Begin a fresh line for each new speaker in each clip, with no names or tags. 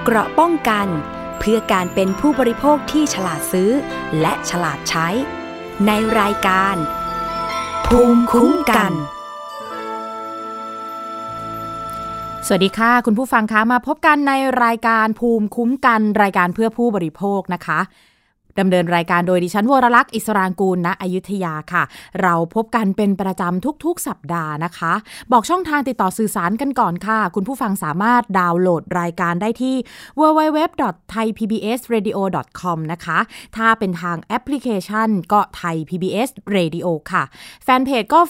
เกราะป้องกันเพื่อการเป็นผู้บริโภคที่ฉลาดซื้อและฉลาดใช้ในรายการภูมิคุ้มกัน
สวัสดีค่ะคุณผู้ฟังคะมาพบกันในรายการภูมิคุ้มกันรายการเพื่อผู้บริโภคนะคะดำเนินรายการโดยดิฉันวรลักษณ์อิสรางกูลณอยุธยาค่ะเราพบกันเป็นประจำทุกๆสัปดาห์นะคะบอกช่องทางติดต่อสื่อสารกันก่อนค่ะคุณผู้ฟังสามารถดาวน์โหลดรายการได้ที่ www.thaipbsradio.com นะคะถ้าเป็นทางแอปพลิเคชันก็ Thai PBS Radio ค่ะแฟนเพจก็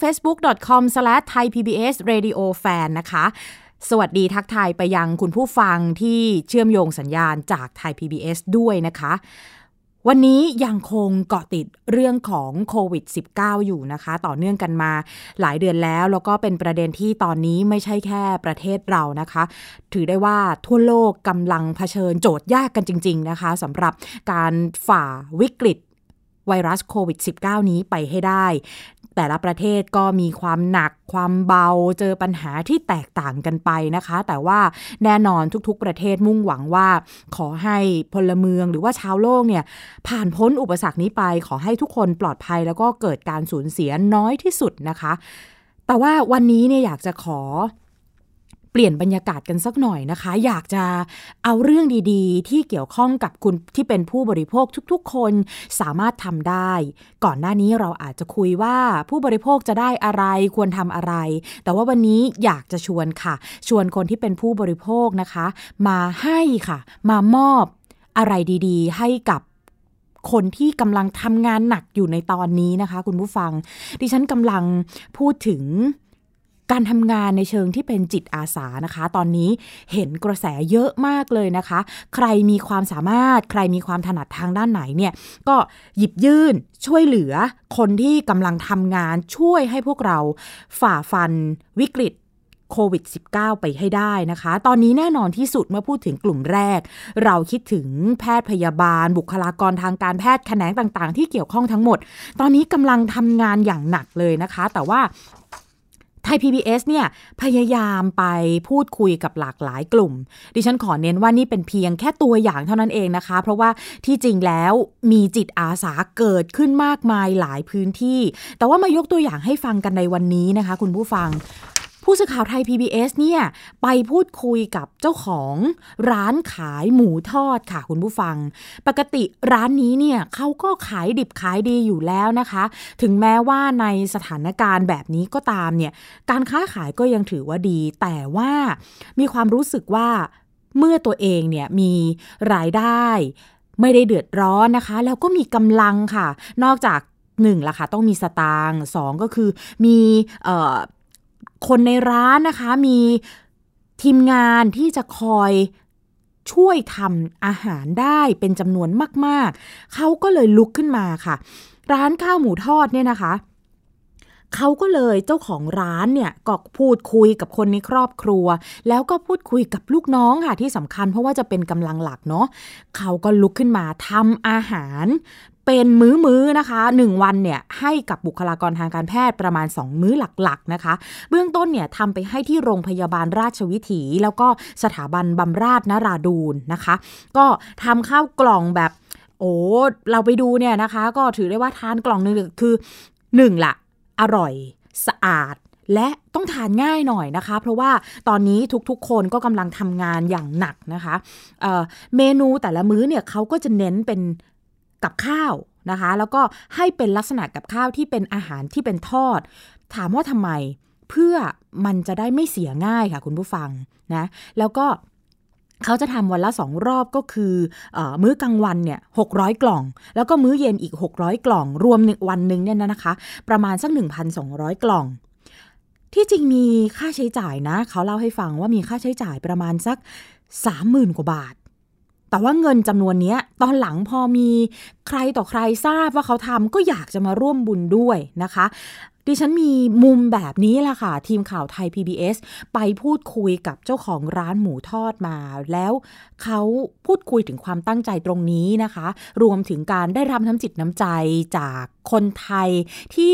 facebook.com/thaipbsradiofan นะคะสวัสดีทักทายไปยังคุณผู้ฟังที่เชื่อมโยงสัญญาณจาก Thai PBS ด้วยนะคะวันนี้ยังคงเกาะติดเรื่องของโควิด -19 อยู่นะคะต่อเนื่องกันมาหลายเดือนแล้วก็เป็นประเด็นที่ตอนนี้ไม่ใช่แค่ประเทศเรานะคะถือได้ว่าทั่วโลกกำลังเผชิญโจทย์ยากกันจริงๆนะคะสำหรับการฝ่าวิกฤตไวรัสโควิด -19 นี้ไปให้ได้แต่ละประเทศก็มีความหนักความเบาเจอปัญหาที่แตกต่างกันไปนะคะแต่ว่าแน่นอนทุกๆประเทศมุ่งหวังว่าขอให้พลเมืองหรือว่าชาวโลกเนี่ยผ่านพ้นอุปสรรคนี้ไปขอให้ทุกคนปลอดภัยแล้วก็เกิดการสูญเสียน้อยที่สุดนะคะแต่ว่าวันนี้เนี่ยอยากจะขอเปลี่ยนบรรยากาศกันสักหน่อยนะคะอยากจะเอาเรื่องดีๆที่เกี่ยวข้องกับคุณที่เป็นผู้บริโภคทุกๆคนสามารถทำได้ก่อนหน้านี้เราอาจจะคุยว่าผู้บริโภคจะได้อะไรควรทำอะไรแต่ว่าวันนี้อยากจะชวนค่ะชวนคนที่เป็นผู้บริโภคนะคะมาให้ค่ะมามอบอะไรดีๆให้กับคนที่กำลังทำงานหนักอยู่ในตอนนี้นะคะคุณผู้ฟังดิฉันกำลังพูดถึงการทำงานในเชิงที่เป็นจิตอาสานะคะตอนนี้เห็นกระแสเยอะมากเลยนะคะใครมีความสามารถใครมีความถนัดทางด้านไหนเนี่ยก็หยิบยื่นช่วยเหลือคนที่กำลังทำงานช่วยให้พวกเราฝ่าฟันวิกฤตโควิด -19 ไปให้ได้นะคะตอนนี้แน่นอนที่สุดเมื่อพูดถึงกลุ่มแรกเราคิดถึงแพทย์พยาบาลบุคลากรทางการแพทย์แขนงต่างๆที่เกี่ยวข้องทั้งหมดตอนนี้กำลังทำงานอย่างหนักเลยนะคะแต่ว่าไทย PBS เนี่ยพยายามไปพูดคุยกับหลากหลายกลุ่มดิฉันขอเน้นว่านี่เป็นเพียงแค่ตัวอย่างเท่านั้นเองนะคะเพราะว่าที่จริงแล้วมีจิตอาสาเกิดขึ้นมากมายหลายพื้นที่แต่ว่ามายกตัวอย่างให้ฟังกันในวันนี้นะคะคุณผู้ฟังผู้สื่อข่าวไทย PBS เนี่ยไปพูดคุยกับเจ้าของร้านขายหมูทอดค่ะคุณผู้ฟังปกติร้านนี้เนี่ยเขาก็ขายดิบขายดีอยู่แล้วนะคะถึงแม้ว่าในสถานการณ์แบบนี้ก็ตามเนี่ยการค้าขายก็ยังถือว่าดีแต่ว่ามีความรู้สึกว่าเมื่อตัวเองเนี่ยมีรายได้ไม่ได้เดือดร้อนนะคะแล้วก็มีกำลังค่ะนอกจาก1ล่ะค่ะต้องมีสตางค์2ก็คือมีคนในร้านนะคะมีทีมงานที่จะคอยช่วยทำอาหารได้เป็นจำนวนมากๆเขาก็เลยลุกขึ้นมาค่ะร้านข้าวหมูทอดเนี่ยนะคะเขาก็เลยเจ้าของร้านเนี่ยก็พูดคุยกับคนในครอบครัวแล้วก็พูดคุยกับลูกน้องค่ะที่สำคัญเพราะว่าจะเป็นกำลังหลักเนาะเขาก็ลุกขึ้นมาทำอาหารเป็นมื้อนะคะ1วันเนี่ยให้กับบุคลากรทางการแพทย์ประมาณ2มื้อหลักๆนะคะเบื้องต้นเนี่ยทำไปให้ที่โรงพยาบาลราชวิถีแล้วก็สถาบันบำราศนราดูรนะคะก็ทำข้าวกล่องแบบเราไปดูเนี่ยนะคะก็ถือได้ว่าทานกล่องนึงคือ1ละอร่อยสะอาดและต้องทานง่ายหน่อยนะคะเพราะว่าตอนนี้ทุกๆคนก็กำลังทำงานอย่างหนักนะคะเมนูแต่ละมื้อเนี่ยเขาก็จะเน้นเป็นกับข้าวนะคะแล้วก็ให้เป็นลักษณะกับข้าวที่เป็นอาหารที่เป็นทอดถามว่าทำไมเพื่อมันจะได้ไม่เสียง่ายค่ะคุณผู้ฟังนะแล้วก็เขาจะทำวันละ2รอบก็คือมื้อกลางวันเนี่ย600กล่องแล้วก็มื้อเย็นอีก600กล่องรวมวันนึงเนี่ยนะคะประมาณสัก 1,200 กล่องที่จริงมีค่าใช้จ่ายนะเขาเล่าให้ฟังว่ามีค่าใช้จ่ายประมาณสัก 30,000 กว่าบาทแต่ว่าเงินจำนวนนี้ตอนหลังพอมีใครต่อใครทราบว่าเขาทำก็อยากจะมาร่วมบุญด้วยนะคะดิฉันมีมุมแบบนี้แหละค่ะทีมข่าวไทย PBS ไปพูดคุยกับเจ้าของร้านหมูทอดมาแล้วเขาพูดคุยถึงความตั้งใจตรงนี้นะคะรวมถึงการได้รับน้ำจิตน้ำใจจากคนไทยที่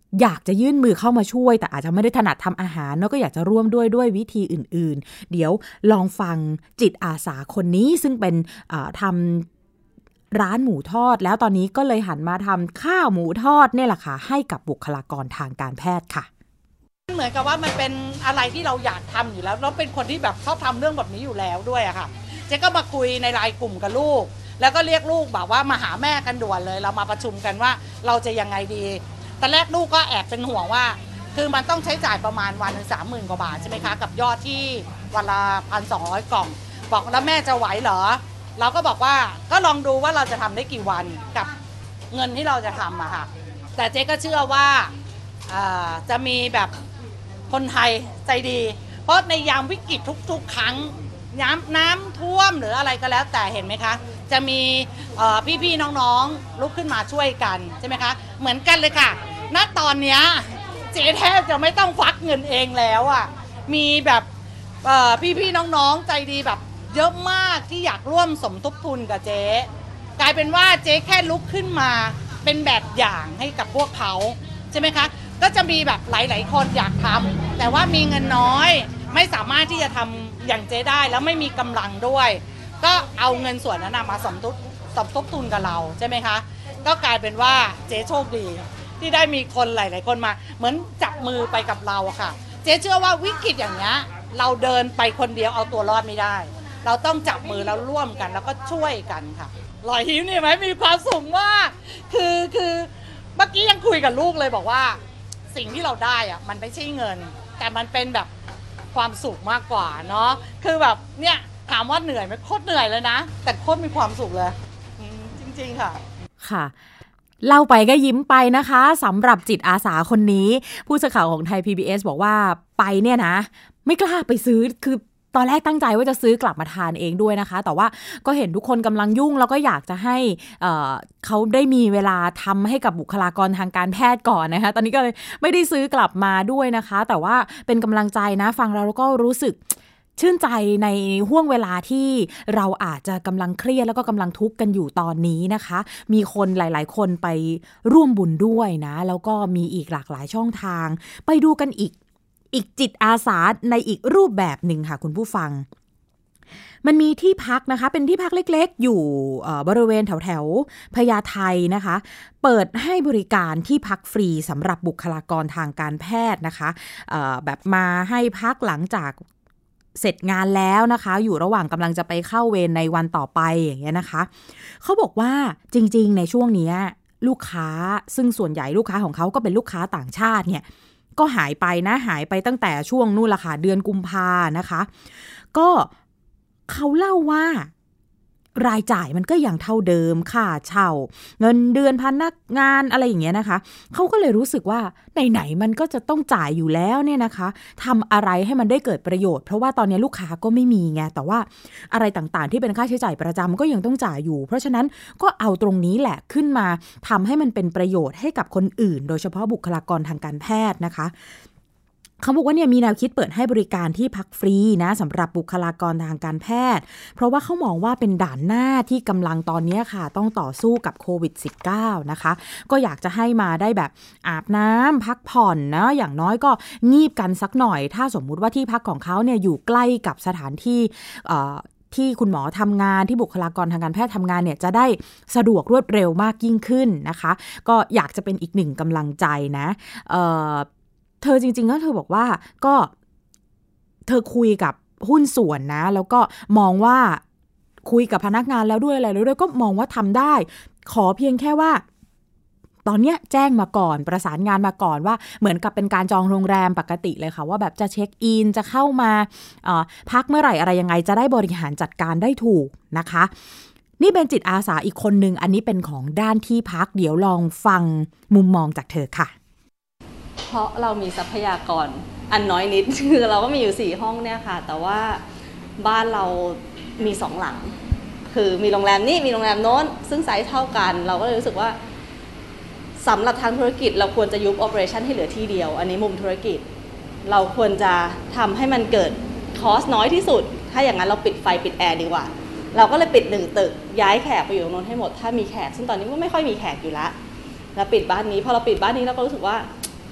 อยากจะยื่นมือเข้ามาช่วยแต่อาจจะไม่ได้ถนัดทำอาหารแล้วก็อยากจะร่วมด้วยวิธีอื่นๆเดี๋ยวลองฟังจิตอาสาคนนี้ซึ่งเป็นทำร้านหมูทอดแล้วตอนนี้ก็เลยหันมาทำข้าวหมูทอดเนี่ยแหละค่ะให้กับบุคลากรทางการแพทย์ค่ะ
เหมือนกับว่ามันเป็นอะไรที่เราอยากทำอยู่แล้วเราเป็นคนที่แบบชอบทำเรื่องแบบนี้อยู่แล้วด้วยอะค่ะเจ๊ก็มาคุยในไลน์กลุ่มกับลูกแล้วก็เรียกลูกแบบว่ามาหาแม่กันด่วนเลยเรามาประชุมกันว่าเราจะยังไงดีตอนแรกลูกก็แอบเป็นห่วงว่าคือมันต้องใช้จ่ายประมาณวันหนึ่ง30,000 กว่าบาทใช่ไหมคะกับยอดที่วันละ 1,200 กล่องบอกแล้วแม่จะไหวเหรอเราก็บอกว่าก็ลองดูว่าเราจะทำได้กี่วันกับเงินที่เราจะทำอะค่ะแต่เจ๊ก็เชื่อว่าจะมีแบบคนไทยใจดีเพราะในยามวิกฤตทุกๆครั้งน้ำท่วมหรืออะไรก็แล้วแต่เห็นไหมคะจะมีพี่ๆน้องๆลุกขึ้นมาช่วยกันใช่ไหมคะเหมือนกันเลยค่ะณตอนนี้เจ๊แทบจะไม่ต้องควักเงินเองแล้วอ่ะมีแบบพี่ๆน้องๆใจดีแบบเยอะมากที่อยากร่วมสมทบทุนกับเจ๊กลายเป็นว่าเจ๊แค่ลุกขึ้นมาเป็นแบบอย่างให้กับพวกเขาใช่ไหมคะก็จะมีแบบหลายๆคนอยากทำแต่ว่ามีเงินน้อยไม่สามารถที่จะทำอย่างเจ๊ได้แล้วไม่มีกำลังด้วยก็เอาเงินส่วนนั้นมาสมทบทุนกับเราใช่ไหมคะก็กลายเป็นว่าเจ๊โชคดีที่ได้มีคนหลายๆคนมาเหมือนจับมือไปกับเราอะค่ะเจ๊เชื่อว่าวิกฤตอย่างนี้เราเดินไปคนเดียวเอาตัวรอดไม่ได้เราต้องจับมือแล้วร่วมกันแล้วก็ช่วยกันค่ะรอยยิ้มนี่ไหมมีความสุขมากคือเมื่อกี้ยังคุยกับลูกเลยบอกว่าสิ่งที่เราได้อะมันไม่ใช่เงินแต่มันเป็นแบบความสุขมากกว่าเนาะคือแบบเนี่ยถามว่าเหนื่อยไหมโคตรเหนื่อยเลยนะแต่โคตรมีความสุขเลยจริงๆค่ะ
ค่ะเล่าไปก็ยิ้มไปนะคะสำหรับจิตอาสาคนนี้ผู้สื่อข่าวของไทย PBS บอกว่าไปเนี่ยนะไม่กล้าไปซื้อคือตอนแรกตั้งใจว่าจะซื้อกลับมาทานเองด้วยนะคะแต่ว่าก็เห็นทุกคนกำลังยุ่งแล้วก็อยากจะให้เขาได้มีเวลาทำให้กับบุคลากรทางการแพทย์ก่อนนะคะตอนนี้ก็เลยไม่ได้ซื้อกลับมาด้วยนะคะแต่ว่าเป็นกำลังใจนะฟังแล้วก็รู้สึกชื่นใจในห่วงเวลาที่เราอาจจะกำลังเครียดแล้วก็กำลังทุกข์กันอยู่ตอนนี้นะคะมีคนหลายๆคนไปร่วมบุญด้วยนะแล้วก็มีอีกหลากหลายช่องทางไปดูกันอีกจิตอาสาในอีกรูปแบบหนึ่งค่ะคุณผู้ฟังมันมีที่พักนะคะเป็นที่พักเล็กๆอยู่บริเวณแถวๆพญาไทนะคะเปิดให้บริการที่พักฟรีสำหรับบุคลากรทางการแพทย์นะคะแบบมาให้พักหลังจากเสร็จงานแล้วนะคะอยู่ระหว่างกำลังจะไปเข้าเวรในวันต่อไปอย่างเงี้ยนะคะเขาบอกว่าจริงๆในช่วงนี้ลูกค้าซึ่งส่วนใหญ่ลูกค้าของเขาก็เป็นลูกค้าต่างชาติเนี่ยก็หายไปตั้งแต่ช่วงนู่นละค่ะเดือนกุมภานะคะก็เขาเล่าว่ารายจ่ายมันก็ยังเท่าเดิมค่าเช่าเงินเดือนพนักงานอะไรอย่างเงี้ยนะคะเขาก็เลยรู้สึกว่าไหนๆมันก็จะต้องจ่ายอยู่แล้วเนี่ยนะคะทำอะไรให้มันได้เกิดประโยชน์เพราะว่าตอนนี้ลูกค้าก็ไม่มีไงแต่ว่าอะไรต่างๆที่เป็นค่าใช้จ่ายประจำก็ยังต้องจ่ายอยู่เพราะฉะนั้นก็เอาตรงนี้แหละขึ้นมาทำให้มันเป็นประโยชน์ให้กับคนอื่นโดยเฉพาะบุคลากรทางการแพทย์นะคะเขาบอกว่าเนี่ยมีแนวคิดเปิดให้บริการที่พักฟรีนะสำหรับบุคลากรทางการแพทย์เพราะว่าเขามองว่าเป็นด่านหน้าที่กำลังตอนนี้ค่ะต้องต่อสู้กับโควิด -19 นะคะก็อยากจะให้มาได้แบบอาบน้ำพักผ่อนนะอย่างน้อยก็งีบกันสักหน่อยถ้าสมมุติว่าที่พักของเขาเนี่ยอยู่ใกล้กับสถานที่ที่คุณหมอทำงานที่บุคลากรทางการแพทย์ทำงานเนี่ยจะได้สะดวกรวดเร็วมากยิ่งขึ้นนะคะก็อยากจะเป็นอีกหนึ่งกำลังใจนะเธอจริงๆก็เธอบอกว่าก็เธอคุยกับหุ้นส่วนนะแล้วก็มองว่าคุยกับพนักงานแล้วด้วยอะไรแล้วด้วยก็มองว่าทำได้ขอเพียงแค่ว่าตอนนี้แจ้งมาก่อนประสานงานมาก่อนว่าเหมือนกับเป็นการจองโรงแรมปกติเลยค่ะว่าแบบจะเช็คอินจะเข้ามาพักเมื่อไหร่อะไรยังไงจะได้บริหารจัดการได้ถูกนะคะนี่เป็นจิตอาสาอีกคนนึงอันนี้เป็นของด้านที่พักเดี๋ยวลองฟังมุมมองจากเธอค่ะ
เพราะเรามีทรัพยากรอันน้อยนิดคือเราก็มีอยู่4ห้องเนี่ยค่ะแต่ว่าบ้านเรามี2หลังคือมีโรงแรมนี้มีโรงแรมโน้นซึ่งไซส์เท่ากันเราก็เลยรู้สึกว่าสำหรับทางธุรกิจเราควรจะยุบ operation ให้เหลือที่เดียวอันนี้มุมธุรกิจเราควรจะทำให้มันเกิดคอสน้อยที่สุดถ้าอย่างนั้นเราปิดไฟปิดแอร์ดีกว่าเราก็เลยปิด1ตึกย้ายแขกไปอยู่ตรงโน้นให้หมดถ้ามีแขกซึ่งตอนนี้ก็ไม่ค่อยมีแขกอยู่แล้วปิดบ้านนี้พอเราปิดบ้านนี้เราก็รู้สึกว่า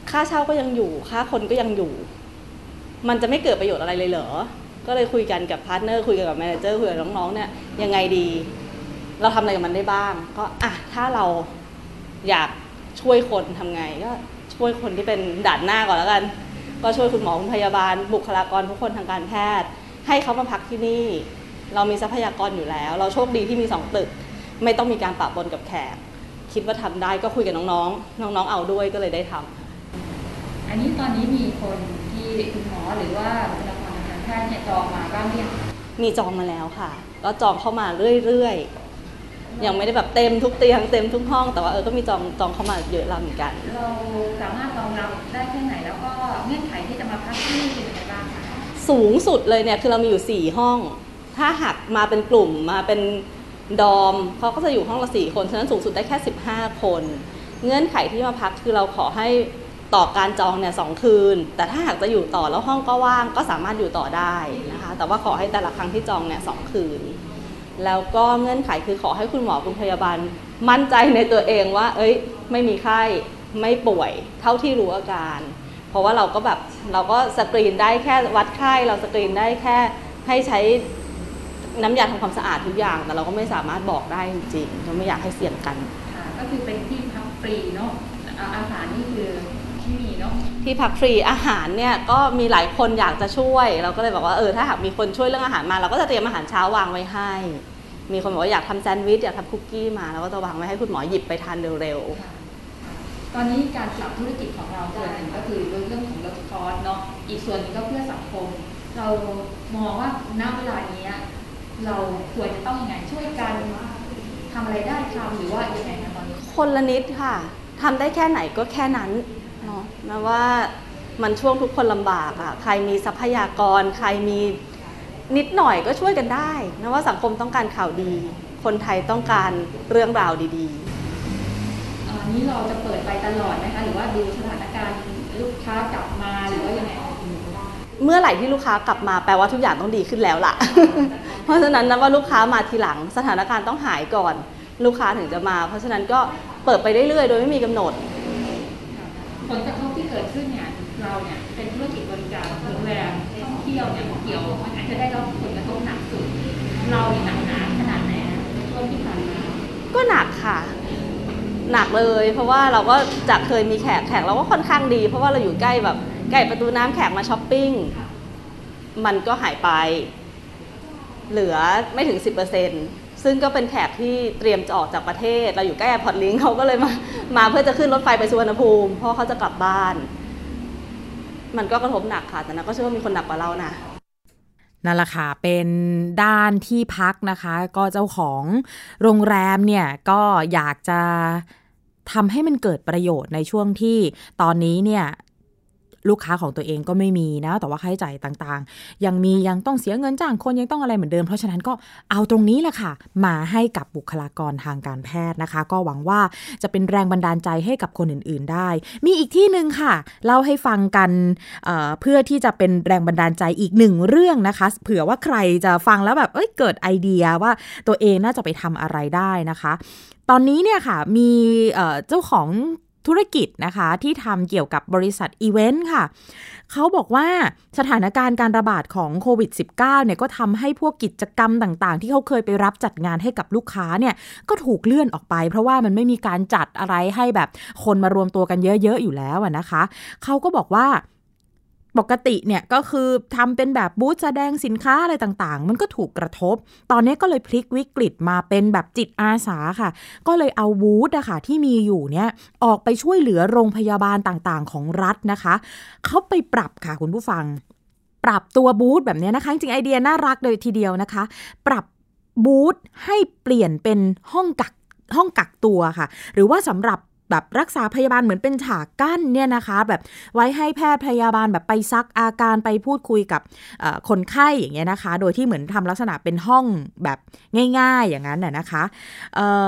ค่าเช่าก็ยังอยู่ค่าคนก็ยังอยู่มันจะไม่เกิดประโยชน์อะไรเลยเหรอก็เลยคุยกันกับพาร์ทเนอร์คุยกันกับแมเนเจอร์คุยกับน้องๆเนี่ยยังไงดีเราทำอะไรกับมันได้บ้างก็ถ้าเราอยากช่วยคนทำไงก็ช่วยคนที่เป็นด่านหน้าก่อนแล้วกันก็ช่วยคุณหมอคุณพยาบาลบุคลากรทุกคนทางการแพทย์ให้เขามาพักที่นี่เรามีทรัพยากรอยู่แล้วเราโชคดีที่มี2ตึกไม่ต้องมีการปะปนกับแขกคิดว่าทำได้ก็คุยกับน้องๆเอาด้วยก็เลยได้ทำ
อันนี้ตอนนี้มีคนที่คุณหมอหรือว่าบุคลากรทางการแพทย์เนี่ยจองมาบ้างหรือยัง
มีจองมาแล้วค่ะก็จองเข้ามาเรื่อยๆยังไม่ได้แบบเต็มทุกเตียงเต็มทุกห้องแต่ว่าก็มีจองเข้ามาเยอะแล้วเหมือนกัน
เราสามารถรองรับได้แค่ไหนแล้วก็เงื่อนไขที่จะมาพักที่นี่เป็นยังไงบ้างคะ
สูงสุดเลยเนี่ยคือเรามีอยู่4ห้องถ้าหักมาเป็นกลุ่มมาเป็นดอมเขาก็จะอยู่ห้องละ4คนฉะนั้นสูงสุดได้แค่15คนเงื่อนไขที่มาพักคือเราขอให้ต่อการจองเนี่ย2คืนแต่ถ้าหากจะอยู่ต่อแล้วห้องก็ว่างก็สามารถอยู่ต่อได้นะคะแต่ว่าขอให้แต่ละครั้งที่จองเนี่ย2คืนแล้วก็เงื่อนไขคือขอให้คุณหมอคุณพยาบาลมั่นใจในตัวเองว่าไม่มีไข้ไม่ป่วยเท่าที่รู้อาการเพราะว่าเราก็สกรีนได้แค่วัดไข้เราสกรีนได้แค่ให้ใช้น้ำยาทำความสะอาดทุกอย่างแต่เราก็ไม่สามารถบอกได้จริงๆเราไม่อยากให้เสี่ยงกัน
ค่ะก็คือเป็นที่พักฟรีเนาะอาหารนี่คือที่มีเนาะ
ที่พักฟรีอาหารเนี่ยก็มีหลายคนอยากจะช่วยเราก็เลยบอกว่าถ้าหากมีคนช่วยเรื่องอาหารมาเราก็จะเตรียมอาหารเช้าวางไว้ให้มีคนบอกว่าอยากทำแซนด์วิชอยากทำคุกกี้มาเราก็จะวางไว้ให้คุณหมอหยิบไปทานเร็ว
ๆตอนนี้การปรับธุรกิจของเราส่วนหนึ่งก็คือเรื่องของลดคอสเนาะอีกส่วนนึงก็เพื่อสังคมเรามองว่าณเวลานี้เราควรจะต้องยังไงช่วยกันทำอะไรได้ทำหรือว่ายังไงนะตอนนี้
คนละนิดค่ะทำได้แค่ไหนก็แค่นั้นเนาะนะว่ามันช่วงทุกคนลำบากใครมีทรัพยากรใครมีนิดหน่อยก็ช่วยกันได้นะว่าสังคมต้องการข่าวดีคนไทยต้องการเรื่องราวดี
ๆนี้เราจะเปิดไปตลอดไหมคะหรือว่าดูสถานการณ์ลูกค้ากลับมาหรือว่ายังไง
เมื่อไหร่ที่ลูกค้ากลับมาแปลว่าทุกอย่างต้องดีขึ้นแล้วล่ะ เพราะฉะนั้นนะว่าลูกค้ามาทีหลังสถานการณ์ต้องหายก่อนลูกค้าถึงจะมาเพราะฉะนั้นก็เปิดไปเรื่อยๆโดยไม่มีกำหนด
ผลกระทบที่เกิดขึ้นเนี่ยเราเนี่ยเป็นธุรกิจบริการโรงแรมท่องเที่ยวเนี่ยเกี่ยวมันอาจจะได้รับผลกระทบหนักสุดเราเนี่ยหนักหนาขนาดไหนช่วงที่ผ่านมา
ก็หนักค่ะหนักเลยเพราะว่าเราก็จากเคยมีแขกเราก็ค่อนข้างดีเพราะว่าเราอยู่ใกล้แบบใกล้ประตูน้ำแขกมาช้อปปิ้งมันก็หายไปเหลือไม่ถึง 10% ซึ่งก็เป็นแขกที่เตรียมจะออกจากประเทศเราอยู่ใกล้แอร์พอร์ตลิงก์เขาก็เลยมาเพื่อจะขึ้นรถไฟไปสุวรรณภูมิเพราะเขาจะกลับบ้านมันก็กระทบหนักค่ะแต่นั้นก็เชื่อว่ามีคนหนักกว่าเรานะ
นั่นแหละค่ะเป็นด้านที่พักนะคะก็เจ้าของโรงแรมเนี่ยก็อยากจะทำให้มันเกิดประโยชน์ในช่วงที่ตอนนี้เนี่ยลูกค้าของตัวเองก็ไม่มีนะแต่ว่าค่าใช้จ่ายต่างๆยังต้องเสียเงินจ้างคนยังต้องอะไรเหมือนเดิมเพราะฉะนั้นก็เอาตรงนี้แหละค่ะมาให้กับบุคลากรทางการแพทย์นะคะก็หวังว่าจะเป็นแรงบันดาลใจให้กับคนอื่นๆได้มีอีกที่นึงค่ะเล่าให้ฟังกันเพื่อที่จะเป็นแรงบันดาลใจอีก1เรื่องนะคะเผื่อว่าใครจะฟังแล้วแบบเกิดไอเดียว่าตัวเองน่าจะไปทำอะไรได้นะคะตอนนี้เนี่ยค่ะมีเจ้าของธุรกิจนะคะที่ทำเกี่ยวกับบริษัทอีเวนต์ค่ะเขาบอกว่าสถานการณ์การระบาดของโควิด -19 เนี่ยก็ทำให้พวกกิจกรรมต่างๆที่เขาเคยไปรับจัดงานให้กับลูกค้าเนี่ยก็ถูกเลื่อนออกไปเพราะว่ามันไม่มีการจัดอะไรให้แบบคนมารวมตัวกันเยอะๆอยู่แล้วนะคะเขาก็บอกว่าปกติเนี่ยก็คือทำเป็นแบบบูธแสดงสินค้าอะไรต่างๆมันก็ถูกกระทบตอนนี้ก็เลยพลิกวิกฤตมาเป็นแบบจิตอาสาค่ะก็เลยเอาบูธอะค่ะที่มีอยู่เนี่ยออกไปช่วยเหลือโรงพยาบาลต่างๆของรัฐนะคะเขาไปปรับค่ะคุณผู้ฟังปรับตัวบูธแบบนี้นะคะจริงๆไอเดียน่ารักเลยทีเดียวนะคะปรับบูธให้เปลี่ยนเป็นห้องกักตัวค่ะหรือว่าสำหรับแบบรักษาพยาบาลเหมือนเป็นฉากกั้นเนี่ยนะคะแบบไว้ให้แพทย์พยาบาลแบบไปซักอาการไปพูดคุยกับคนไข้อย่างเงี้ยนะคะโดยที่เหมือนทำลักษณะเป็นห้องแบบง่ายๆอย่างนั้นนะคะ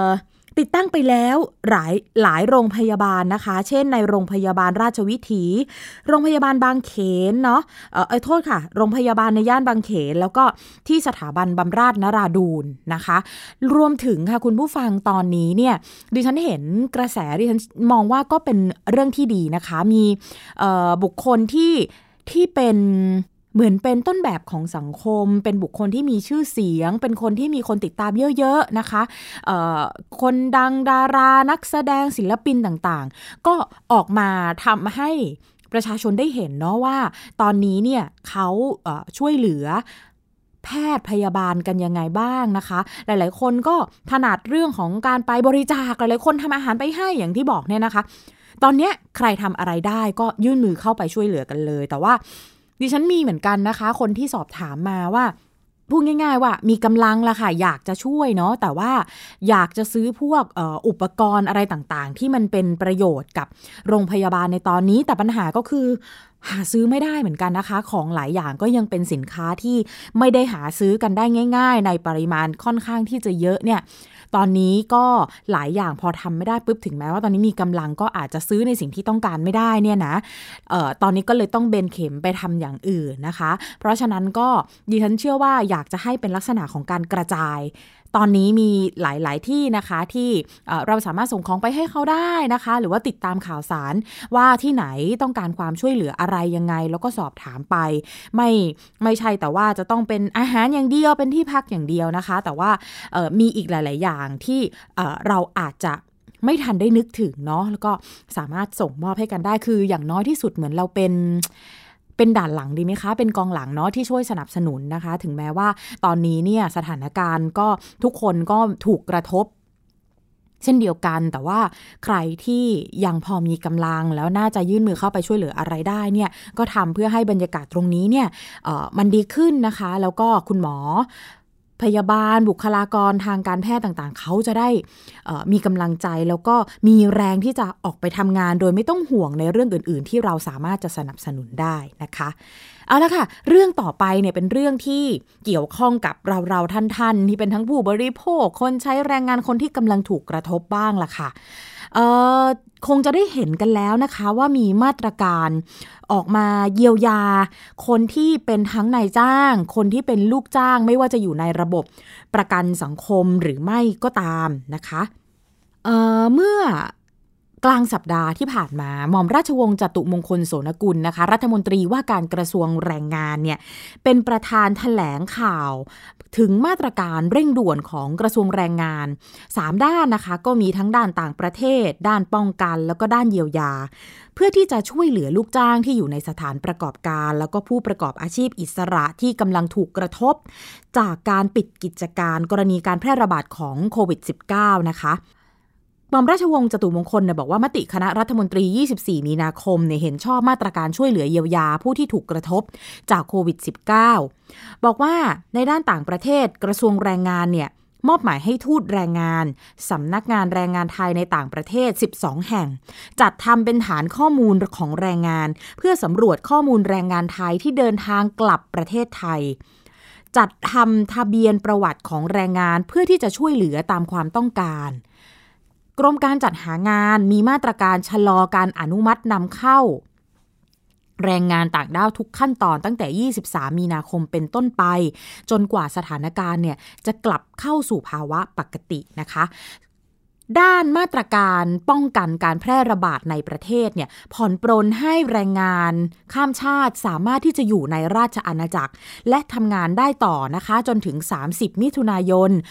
ติดตั้งไปแล้วหลายโรงพยาบาลนะคะเช่นในโรงพยาบาลราชวิถีโรงพยาบาลบางเขนเนาะโทษค่ะโรงพยาบาลในย่านบางเขนแล้วก็ที่สถาบันบำราศนราดูรนะคะรวมถึงค่ะคุณผู้ฟังตอนนี้เนี่ยดิฉันเห็นกระแสดิฉันมองว่าก็เป็นเรื่องที่ดีนะคะมีบุคคลที่เป็นเหมือนเป็นต้นแบบของสังคมเป็นบุคคลที่มีชื่อเสียงเป็นคนที่มีคนติดตามเยอะๆนะคะคนดังดารานักแสดงศิลปินต่างๆก็ออกมาทำให้ประชาชนได้เห็นเนาะว่าตอนนี้เนี่ยเขาช่วยเหลือแพทย์พยาบาลกันยังไงบ้างนะคะหลายๆคนก็ถนัดเรื่องของการไปบริจาคหลายๆคนทำอาหารไปให้อย่างที่บอกเนี่ยนะคะตอนนี้ใครทำอะไรได้ก็ยื่นมือเข้าไปช่วยเหลือกันเลยแต่ว่าดิฉันมีเหมือนกันนะคะคนที่สอบถามมาว่าพูดง่ายๆว่ามีกำลังละค่ะอยากจะช่วยเนาะแต่ว่าอยากจะซื้อพวกอุปกรณ์อะไรต่างๆที่มันเป็นประโยชน์กับโรงพยาบาลในตอนนี้แต่ปัญหาก็คือหาซื้อไม่ได้เหมือนกันนะคะของหลายอย่างก็ยังเป็นสินค้าที่ไม่ได้หาซื้อกันได้ง่ายๆในปริมาณค่อนข้างที่จะเยอะเนี่ยตอนนี้ก็หลายอย่างพอทำไม่ได้ปุ๊บถึงแม้ว่าตอนนี้มีกำลังก็อาจจะซื้อในสิ่งที่ต้องการไม่ได้เนี่ยนะตอนนี้ก็เลยต้องเบนเข็มไปทำอย่างอื่นนะคะเพราะฉะนั้นก็ดิฉันเชื่อว่าอยากจะให้เป็นลักษณะของการกระจายตอนนี้มีหลายๆที่นะคะที่เราสามารถส่งของไปให้เขาได้นะคะหรือว่าติดตามข่าวสารว่าที่ไหนต้องการความช่วยเหลืออะไรยังไงแล้วก็สอบถามไปไม่ใช่แต่ว่าจะต้องเป็นอาหารอย่างเดียวเป็นที่พักอย่างเดียวนะคะแต่ว่ามีอีกหลายๆอย่างที่เราอาจจะไม่ทันได้นึกถึงเนาะแล้วก็สามารถส่งมอบให้กันได้คืออย่างน้อยที่สุดเหมือนเราเป็นด่านหลังดีไหมคะเป็นกองหลังเนาะที่ช่วยสนับสนุนนะคะถึงแม้ว่าตอนนี้เนี่ยสถานการณ์ก็ทุกคนก็ถูกกระทบเช่นเดียวกันแต่ว่าใครที่ยังพอมีกำลังแล้วน่าจะยื่นมือเข้าไปช่วยเหลืออะไรได้เนี่ยก็ทำเพื่อให้บรรยากาศตรงนี้เนี่ยมันดีขึ้นนะคะแล้วก็คุณหมอพยาบาลบุคลากรทางการแพทย์ต่างๆเขาจะได้มีกำลังใจแล้วก็มีแรงที่จะออกไปทำงานโดยไม่ต้องห่วงในเรื่องอื่นๆที่เราสามารถจะสนับสนุนได้นะคะเอาละค่ะเรื่องต่อไปเนี่ยเป็นเรื่องที่เกี่ยวข้องกับเราท่านๆที่เป็นทั้งผู้บริโภคคนใช้แรงงานคนที่กำลังถูกกระทบบ้างล่ะค่ะคงจะได้เห็นกันแล้วนะคะว่ามีมาตรการออกมาเยียวยาคนที่เป็นทั้งนายจ้างคนที่เป็นลูกจ้างไม่ว่าจะอยู่ในระบบประกันสังคมหรือไม่ก็ตามนะคะเมื่อกลางสัปดาห์ที่ผ่านมาหม่อมราชวงศ์จตุมงคลโสนกุลนะคะรัฐมนตรีว่าการกระทรวงแรงงานเนี่ยเป็นประธานแถลงข่าวถึงมาตรการเร่งด่วนของกระทรวงแรงงาน3ด้านนะคะก็มีทั้งด้านต่างประเทศด้านป้องกันแล้วก็ด้านเยียวยาเพื่อที่จะช่วยเหลือลูกจ้างที่อยู่ในสถานประกอบการแล้วก็ผู้ประกอบอาชีพอิสระที่กำลังถูกกระทบจากการปิดกิจการกรณีการแพร่ระบาดของโควิด -19 นะคะหม่อมราชวงศ์จตุมงคลบอกว่ามติคณะรัฐมนตรี24มีนาคมเห็นชอบมาตรการช่วยเหลือเยียวยาผู้ที่ถูกกระทบจากโควิด -19 บอกว่าในด้านต่างประเทศกระทรวงแรงงานเนี่ยมอบหมายให้ทูตแรงงานสำนักงานแรงงานไทยในต่างประเทศ12แห่งจัดทำเป็นฐานข้อมูลของแรงงานเพื่อสำรวจข้อมูลแรงงานไทยที่เดินทางกลับประเทศไทยจัดทำทะเบียนประวัติของแรงงานเพื่อที่จะช่วยเหลือตามความต้องการกรมการจัดหางานมีมาตรการชะลอการอนุมัตินำเข้าแรงงานต่างด้าวทุกขั้นตอนตั้งแต่23มีนาคมเป็นต้นไปจนกว่าสถานการณ์เนี่ยจะกลับเข้าสู่ภาวะปกตินะคะด้านมาตรการป้องกันการแพร่ระบาดในประเทศเนี่ยผ่อนปรนให้แรงงานข้ามชาติสามารถที่จะอยู่ในราชอาณาจักรและทำงานได้ต่อนะคะจนถึง30มิถุนายน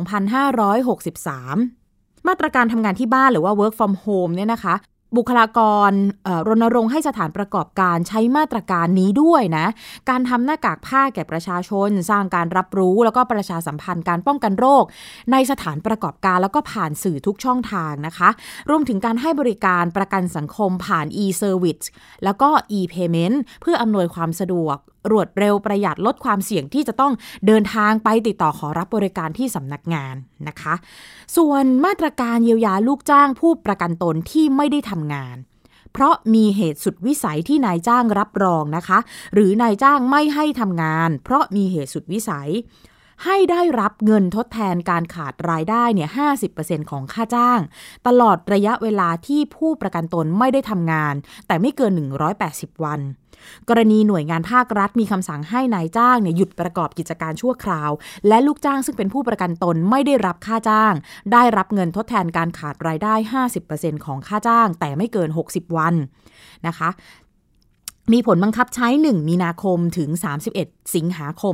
2563มาตรการทำงานที่บ้านหรือว่า work from home เนี่ยนะคะบุคลากรรณรงค์ให้สถานประกอบการใช้มาตรการนี้ด้วยนะการทำหน้ากากผ้าแก่ประชาชนสร้างการรับรู้แล้วก็ประชาสัมพันธ์การป้องกันโรคในสถานประกอบการแล้วก็ผ่านสื่อทุกช่องทางนะคะรวมถึงการให้บริการประกันสังคมผ่าน e-service แล้วก็ e-payment เพื่ออำนวยความสะดวกรวดเร็วประหยัดลดความเสี่ยงที่จะต้องเดินทางไปติดต่อขอรับบริการที่สำนักงานนะคะส่วนมาตรการเยียวยาลูกจ้างผู้ประกันตนที่ไม่ได้ทำงานเพราะมีเหตุสุดวิสัยที่นายจ้างรับรองนะคะหรือนายจ้างไม่ให้ทำงานเพราะมีเหตุสุดวิสัยให้ได้รับเงินทดแทนการขาดรายได้เนี่ย 50% ของค่าจ้างตลอดระยะเวลาที่ผู้ประกันตนไม่ได้ทำงานแต่ไม่เกิน180วันกรณีหน่วยงานภาครัฐมีคำสั่งให้นายจ้างเนี่ยหยุดประกอบกิจการชั่วคราวและลูกจ้างซึ่งเป็นผู้ประกันตนไม่ได้รับค่าจ้างได้รับเงินทดแทนการขาดรายได้ 50% ของค่าจ้างแต่ไม่เกิน60วันนะคะมีผลบังคับใช้1มีนาคมถึง31สิงหาคม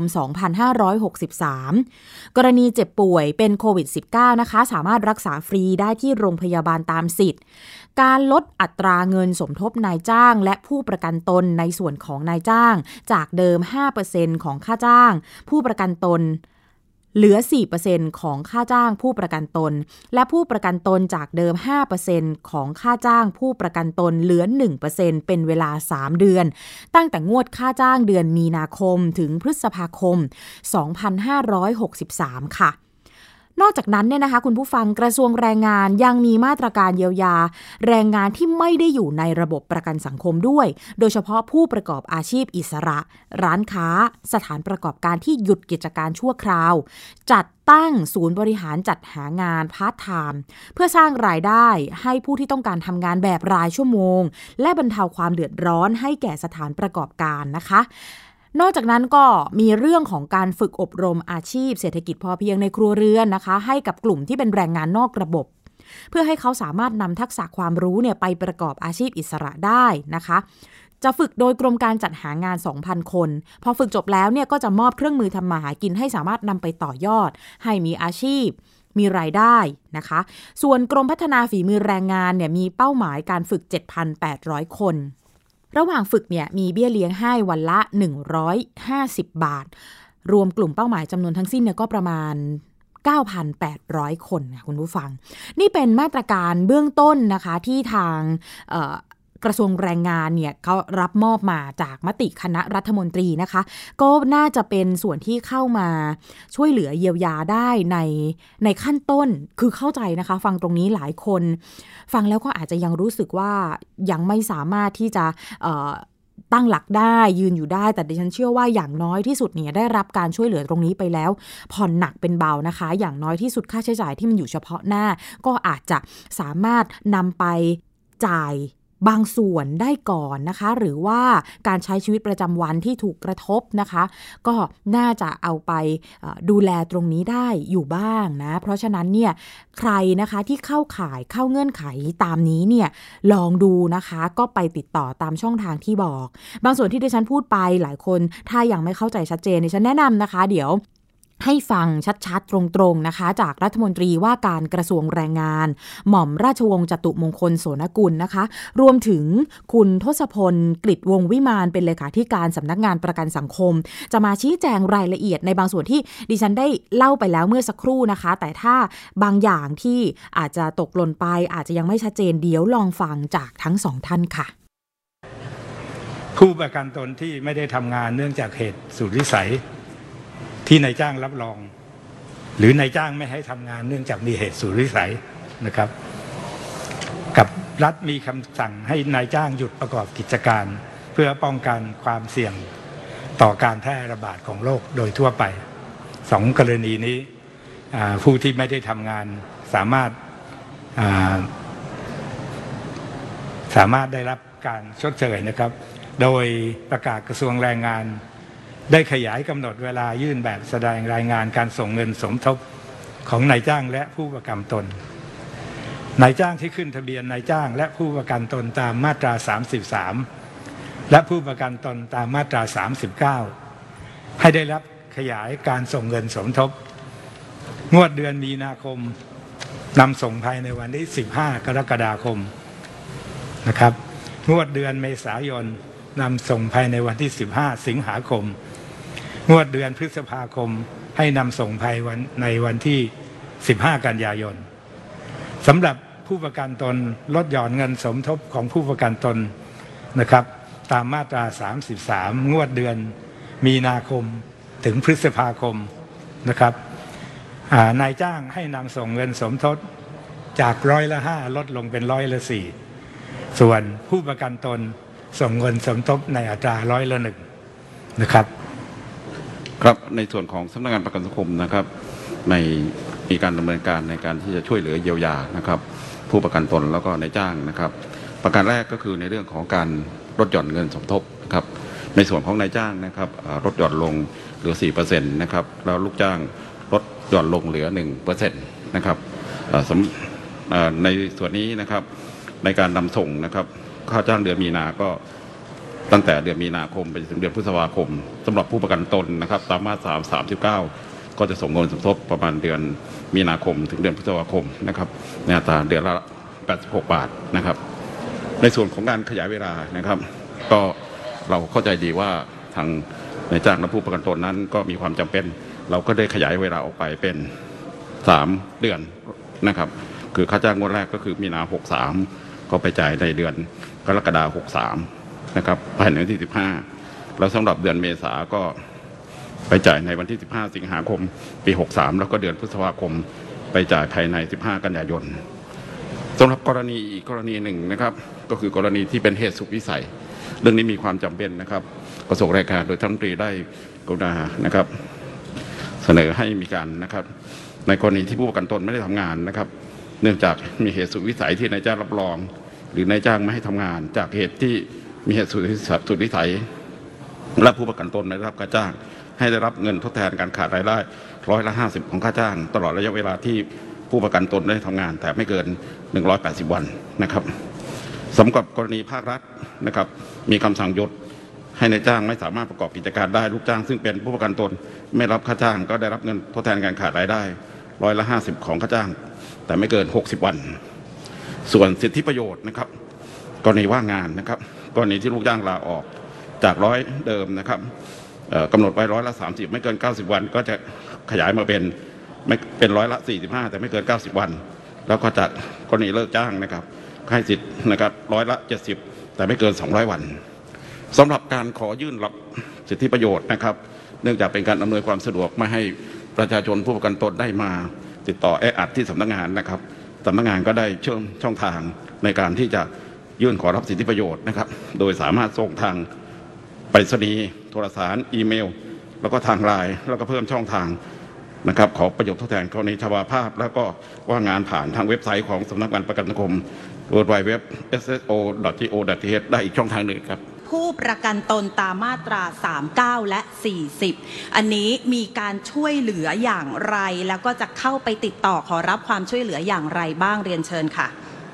2563กรณีเจ็บป่วยเป็นโควิด -19 นะคะสามารถรักษาฟรีได้ที่โรงพยาบาลตามสิทธิ์การลดอัตราเงินสมทบนายจ้างและผู้ประกันตนในส่วนของนายจ้างจากเดิม 5% ของค่าจ้างผู้ประกันตนเหลือ 4% ของค่าจ้างผู้ประกันตนและผู้ประกันตนจากเดิม 5% ของค่าจ้างผู้ประกันตนเหลือ 1% เป็นเวลา3เดือนตั้งแต่งวดค่าจ้างเดือนมีนาคมถึงพฤษภาคม2563ค่ะนอกจากนั้นเนี่ยนะคะคุณผู้ฟังกระทรวงแรงงานยังมีมาตรการเยียวยาแรงงานที่ไม่ได้อยู่ในระบบประกันสังคมด้วยโดยเฉพาะผู้ประกอบอาชีพอิสระร้านค้าสถานประกอบการที่หยุดกิจการชั่วคราวจัดตั้งศูนย์บริหารจัดหางานพาร์ทไทม์เพื่อสร้างรายได้ให้ผู้ที่ต้องการทำงานแบบรายชั่วโมงและบรรเทาความเดือดร้อนให้แก่สถานประกอบการนะคะนอกจากนั้นก็มีเรื่องของการฝึกอบรมอาชีพเศรษฐกิจพอเพียงในครัวเรือนนะคะให้กับกลุ่มที่เป็นแรงงานนอกระบบเพื่อให้เขาสามารถนำทักษะความรู้เนี่ยไปประกอบอาชีพอิสระได้นะคะจะฝึกโดยกรมการจัดหางาน 2,000 คนพอฝึกจบแล้วเนี่ยก็จะมอบเครื่องมือทำมาหากินให้สามารถนำไปต่อยอดให้มีอาชีพมีรายได้นะคะส่วนกรมพัฒนาฝีมือแรงงานเนี่ยมีเป้าหมายการฝึก 7,800 คนระหว่างฝึกเนี่ยมีเบี้ยเลี้ยงให้วันละ150บาทรวมกลุ่มเป้าหมายจำนวนทั้งสิ้นเนี่ยก็ประมาณ 9,800 คนนะคุณผู้ฟังนี่เป็นมาตรการเบื้องต้นนะคะที่ทางกระทรวงแรงงานเนี่ยเขารับมอบมาจากมติคณะรัฐมนตรีนะคะก็น่าจะเป็นส่วนที่เข้ามาช่วยเหลือเยียวยาได้ในขั้นต้นคือเข้าใจนะคะฟังตรงนี้หลายคนฟังแล้วก็อาจจะยังรู้สึกว่ายังไม่สามารถที่จะตั้งหลักได้ยืนอยู่ได้แต่ดิฉันเชื่อว่าอย่างน้อยที่สุดเนี่ยได้รับการช่วยเหลือตรงนี้ไปแล้วผ่อนหนักเป็นเบานะคะอย่างน้อยที่สุดค่าใช้จ่ายที่มันอยู่เฉพาะหน้าก็อาจจะสามารถนำไปจ่ายบางส่วนได้ก่อนนะคะหรือว่าการใช้ชีวิตประจำวันที่ถูกกระทบนะคะก็น่าจะเอาไปดูแลตรงนี้ได้อยู่บ้างนะเพราะฉะนั้นเนี่ยใครนะคะที่เข้าเงื่อนไขตามนี้เนี่ยลองดูนะคะก็ไปติดต่อตามช่องทางที่บอกบางส่วนที่ดิฉันพูดไปหลายคนถ้ายังไม่เข้าใจชัดเจนดิฉันแนะนำนะคะเดี๋ยวให้ฟังชัดๆตรงๆนะคะจากรัฐมนตรีว่าการกระทรวงแรงงานหม่อมราชวงศ์จตุมงคลโสนกุลนะคะรวมถึงคุณทศพลกฤษวงศ์วิมานเป็นเลขาธิการสำนักงานประกันสังคมจะมาชี้แจงรายละเอียดในบางส่วนที่ดิฉันได้เล่าไปแล้วเมื่อสักครู่นะคะแต่ถ้าบางอย่างที่อาจจะตกหล่นไปอาจจะยังไม่ชัดเจนเดี๋ยวลองฟังจากทั้งสองท่านค่ะ
ผู้ประกันตนที่ไม่ได้ทำงานเนื่องจากเหตุสุดวิสัยที่นายจ้างรับรองหรือนายจ้างไม่ให้ทำงานเนื่องจากมีเหตุสุดวิสัยนะครับกับรัฐมีคำสั่งให้นายจ้างหยุดประกอบกิจการเพื่อป้องกันความเสี่ยงต่อการแพร่ระบาดของโรคโดยทั่วไปสองกรณีนี้ผู้ที่ไม่ได้ทำงานสามารถได้รับการชดเชยนะครับโดยประกาศกระทรวงแรงงานได้ขยายกำหนดเวลายื่นแบบแสดงรายงานการส่งเงินสมทบของนายจ้างและผู้ประกันตนนายจ้างที่ขึ้นทะเบียนนายจ้างและผู้ประกันตนตามมาตรา33และผู้ประกันตนตามมาตรา39ให้ได้รับขยายการส่งเงินสมทบงวดเดือนมีนาคมนำส่งภายในวันที่15กรกฎาคมนะครับงวดเดือนเมษายนนำส่งภายในวันที่15สิงหาคมงวดเดือนพฤษภาคมให้นำส่งภายในวันที่15กันยายนสำหรับผู้ประกันตนลดหย่อนเงินสมทบของผู้ประกันตนนะครับตามมาตรา33งวดเดือนมีนาคมถึงพฤษภาคมนะครับนายจ้างให้นำส่งเงินสมทบจาก5%ลดลงเป็น4%ส่วนผู้ประกันตนส่งเงินสมทบในอัตรา1%นะครับข
ครับในส่วนของสำนักงานประกันสังคมนะครับมีการดำเนินการในการที่จะช่วยเหลือเยียวยานะครับผู้ประกันตนแล้วก็นายจ้างนะครับประการแรกก็คือในเรื่องของการลดหย่อนเงินสมทบนะครับในส่วนของนายจ้างนะครับลดหย่อนลงเหลือ 4% นะครับแล้วลูกจ้างลดหย่อนลงเหลือ 1% นะครับในส่วนนี้นะครับในการนำส่งนะครับค่าจ้างเดือนมีนาก็ตั้งแต่เดือนมีนาคมไปถึงเดือนพฤษภาคมสำหรับผู้ประกันตนนะครับตามมาตรา39ก็จะส่งเงินสมทบประมาณเดือนมีนาคมถึงเดือนพฤษภาคมนะครับในอัตราเดือนละ86 บาทนะครับในส่วนของการขยายเวลานะครับก็เราเข้าใจดีว่าทางนายจ้างและผู้ประกันตนนั้นก็มีความจำเป็นเราก็ได้ขยายเวลาออกไปเป็น3 เดือนนะครับคือค่าจ้างงวดแรกก็คือมีนา63ก็ไปจ่ายในเดือนกรกฎาคม63นะครับภายในวันที่15แล้วสำหรับเดือนเมษาก็ไปจ่ายในวันที่15สิงหาคมปี63แล้วก็เดือนพฤษภาคมไปจ่ายภายใน15กันยายนสำหรับกรณีอีกกรณีหนึ่งนะครับก็คือกรณีที่เป็นเหตุสุดวิสัยเรื่องนี้มีความจำเป็นนะครับกระทรวงแรงงานโดยท่านรัฐมนตรีได้กรุณานะครับเสนอให้มีการนะครับในกรณีที่ผู้ประกันตนไม่ได้ทำงานนะครับเนื่องจากมีเหตุสุดวิสัยที่นายจ้างรับรองหรือนายจ้างไม่ให้ทำงานจากเหตุที่มีเหตุสุดวิสัยและผู้ประกันตนไม่ได้รับค่าจ้างให้ได้รับเงินทดแทนการขาดรายได้50%ของค่าจ้างตลอดระยะเวลาที่ผู้ประกันตนได้ทำงานแต่ไม่เกิน180วันนะครับสำหรับกรณีภาครัฐนะครับมีคำสั่งหยุดให้นายจ้างไม่สามารถประกอบกิจการได้ลูกจ้างซึ่งเป็นผู้ประกันตนไม่รับค่าจ้างก็ได้รับเงินทดแทนการขาดรายได้50%ของค่าจ้างแต่ไม่เกิน60วันส่วนสิทธิประโยชน์นะครับกรณีว่างงานนะครับกรณีที่ลูกจ้างลาออกจาก100เดิมนะครับกำหนดไว้30%ไม่เกิน90วันก็จะขยายมาเป็น45%แต่ไม่เกิน90วันแล้วก็จากกรณีเลิกจ้างนะครับให้สิทธิ์นะครับ70%แต่ไม่เกิน200วันสำหรับการขอยื่นรับสิทธิประโยชน์นะครับเนื่องจากเป็นการอำนวยความสะดวกไม่ให้ประชาชนผู้ประกันตนได้มาติดต่อแออัดที่สำนักงานนะครับสำนักงานก็ได้เชื่อมช่องทางในการที่จะยื่นขอรับสิทธิประโยชน์นะครับโดยสามารถส่งทางไปรษณีย์โทรสารอีเมลแล้วก็ทางไลน์แล้วก็เพิ่มช่องทางนะครับขอประโยชน์ทดแทนกรณีชราภาพแล้วก็ว่างงานผ่านทางเว็บไซต์ของสำนักงานประกันสังคม www.sso.go.th ได้อีกช่องทางหนึ่งครับ
ผู้ประกันตนตามมาตรา39และ40อันนี้มีการช่วยเหลืออย่างไรแล้วก็จะเข้าไปติดต่อขอรับความช่วยเหลืออย่างไรบ้างเรียนเชิญค่ะ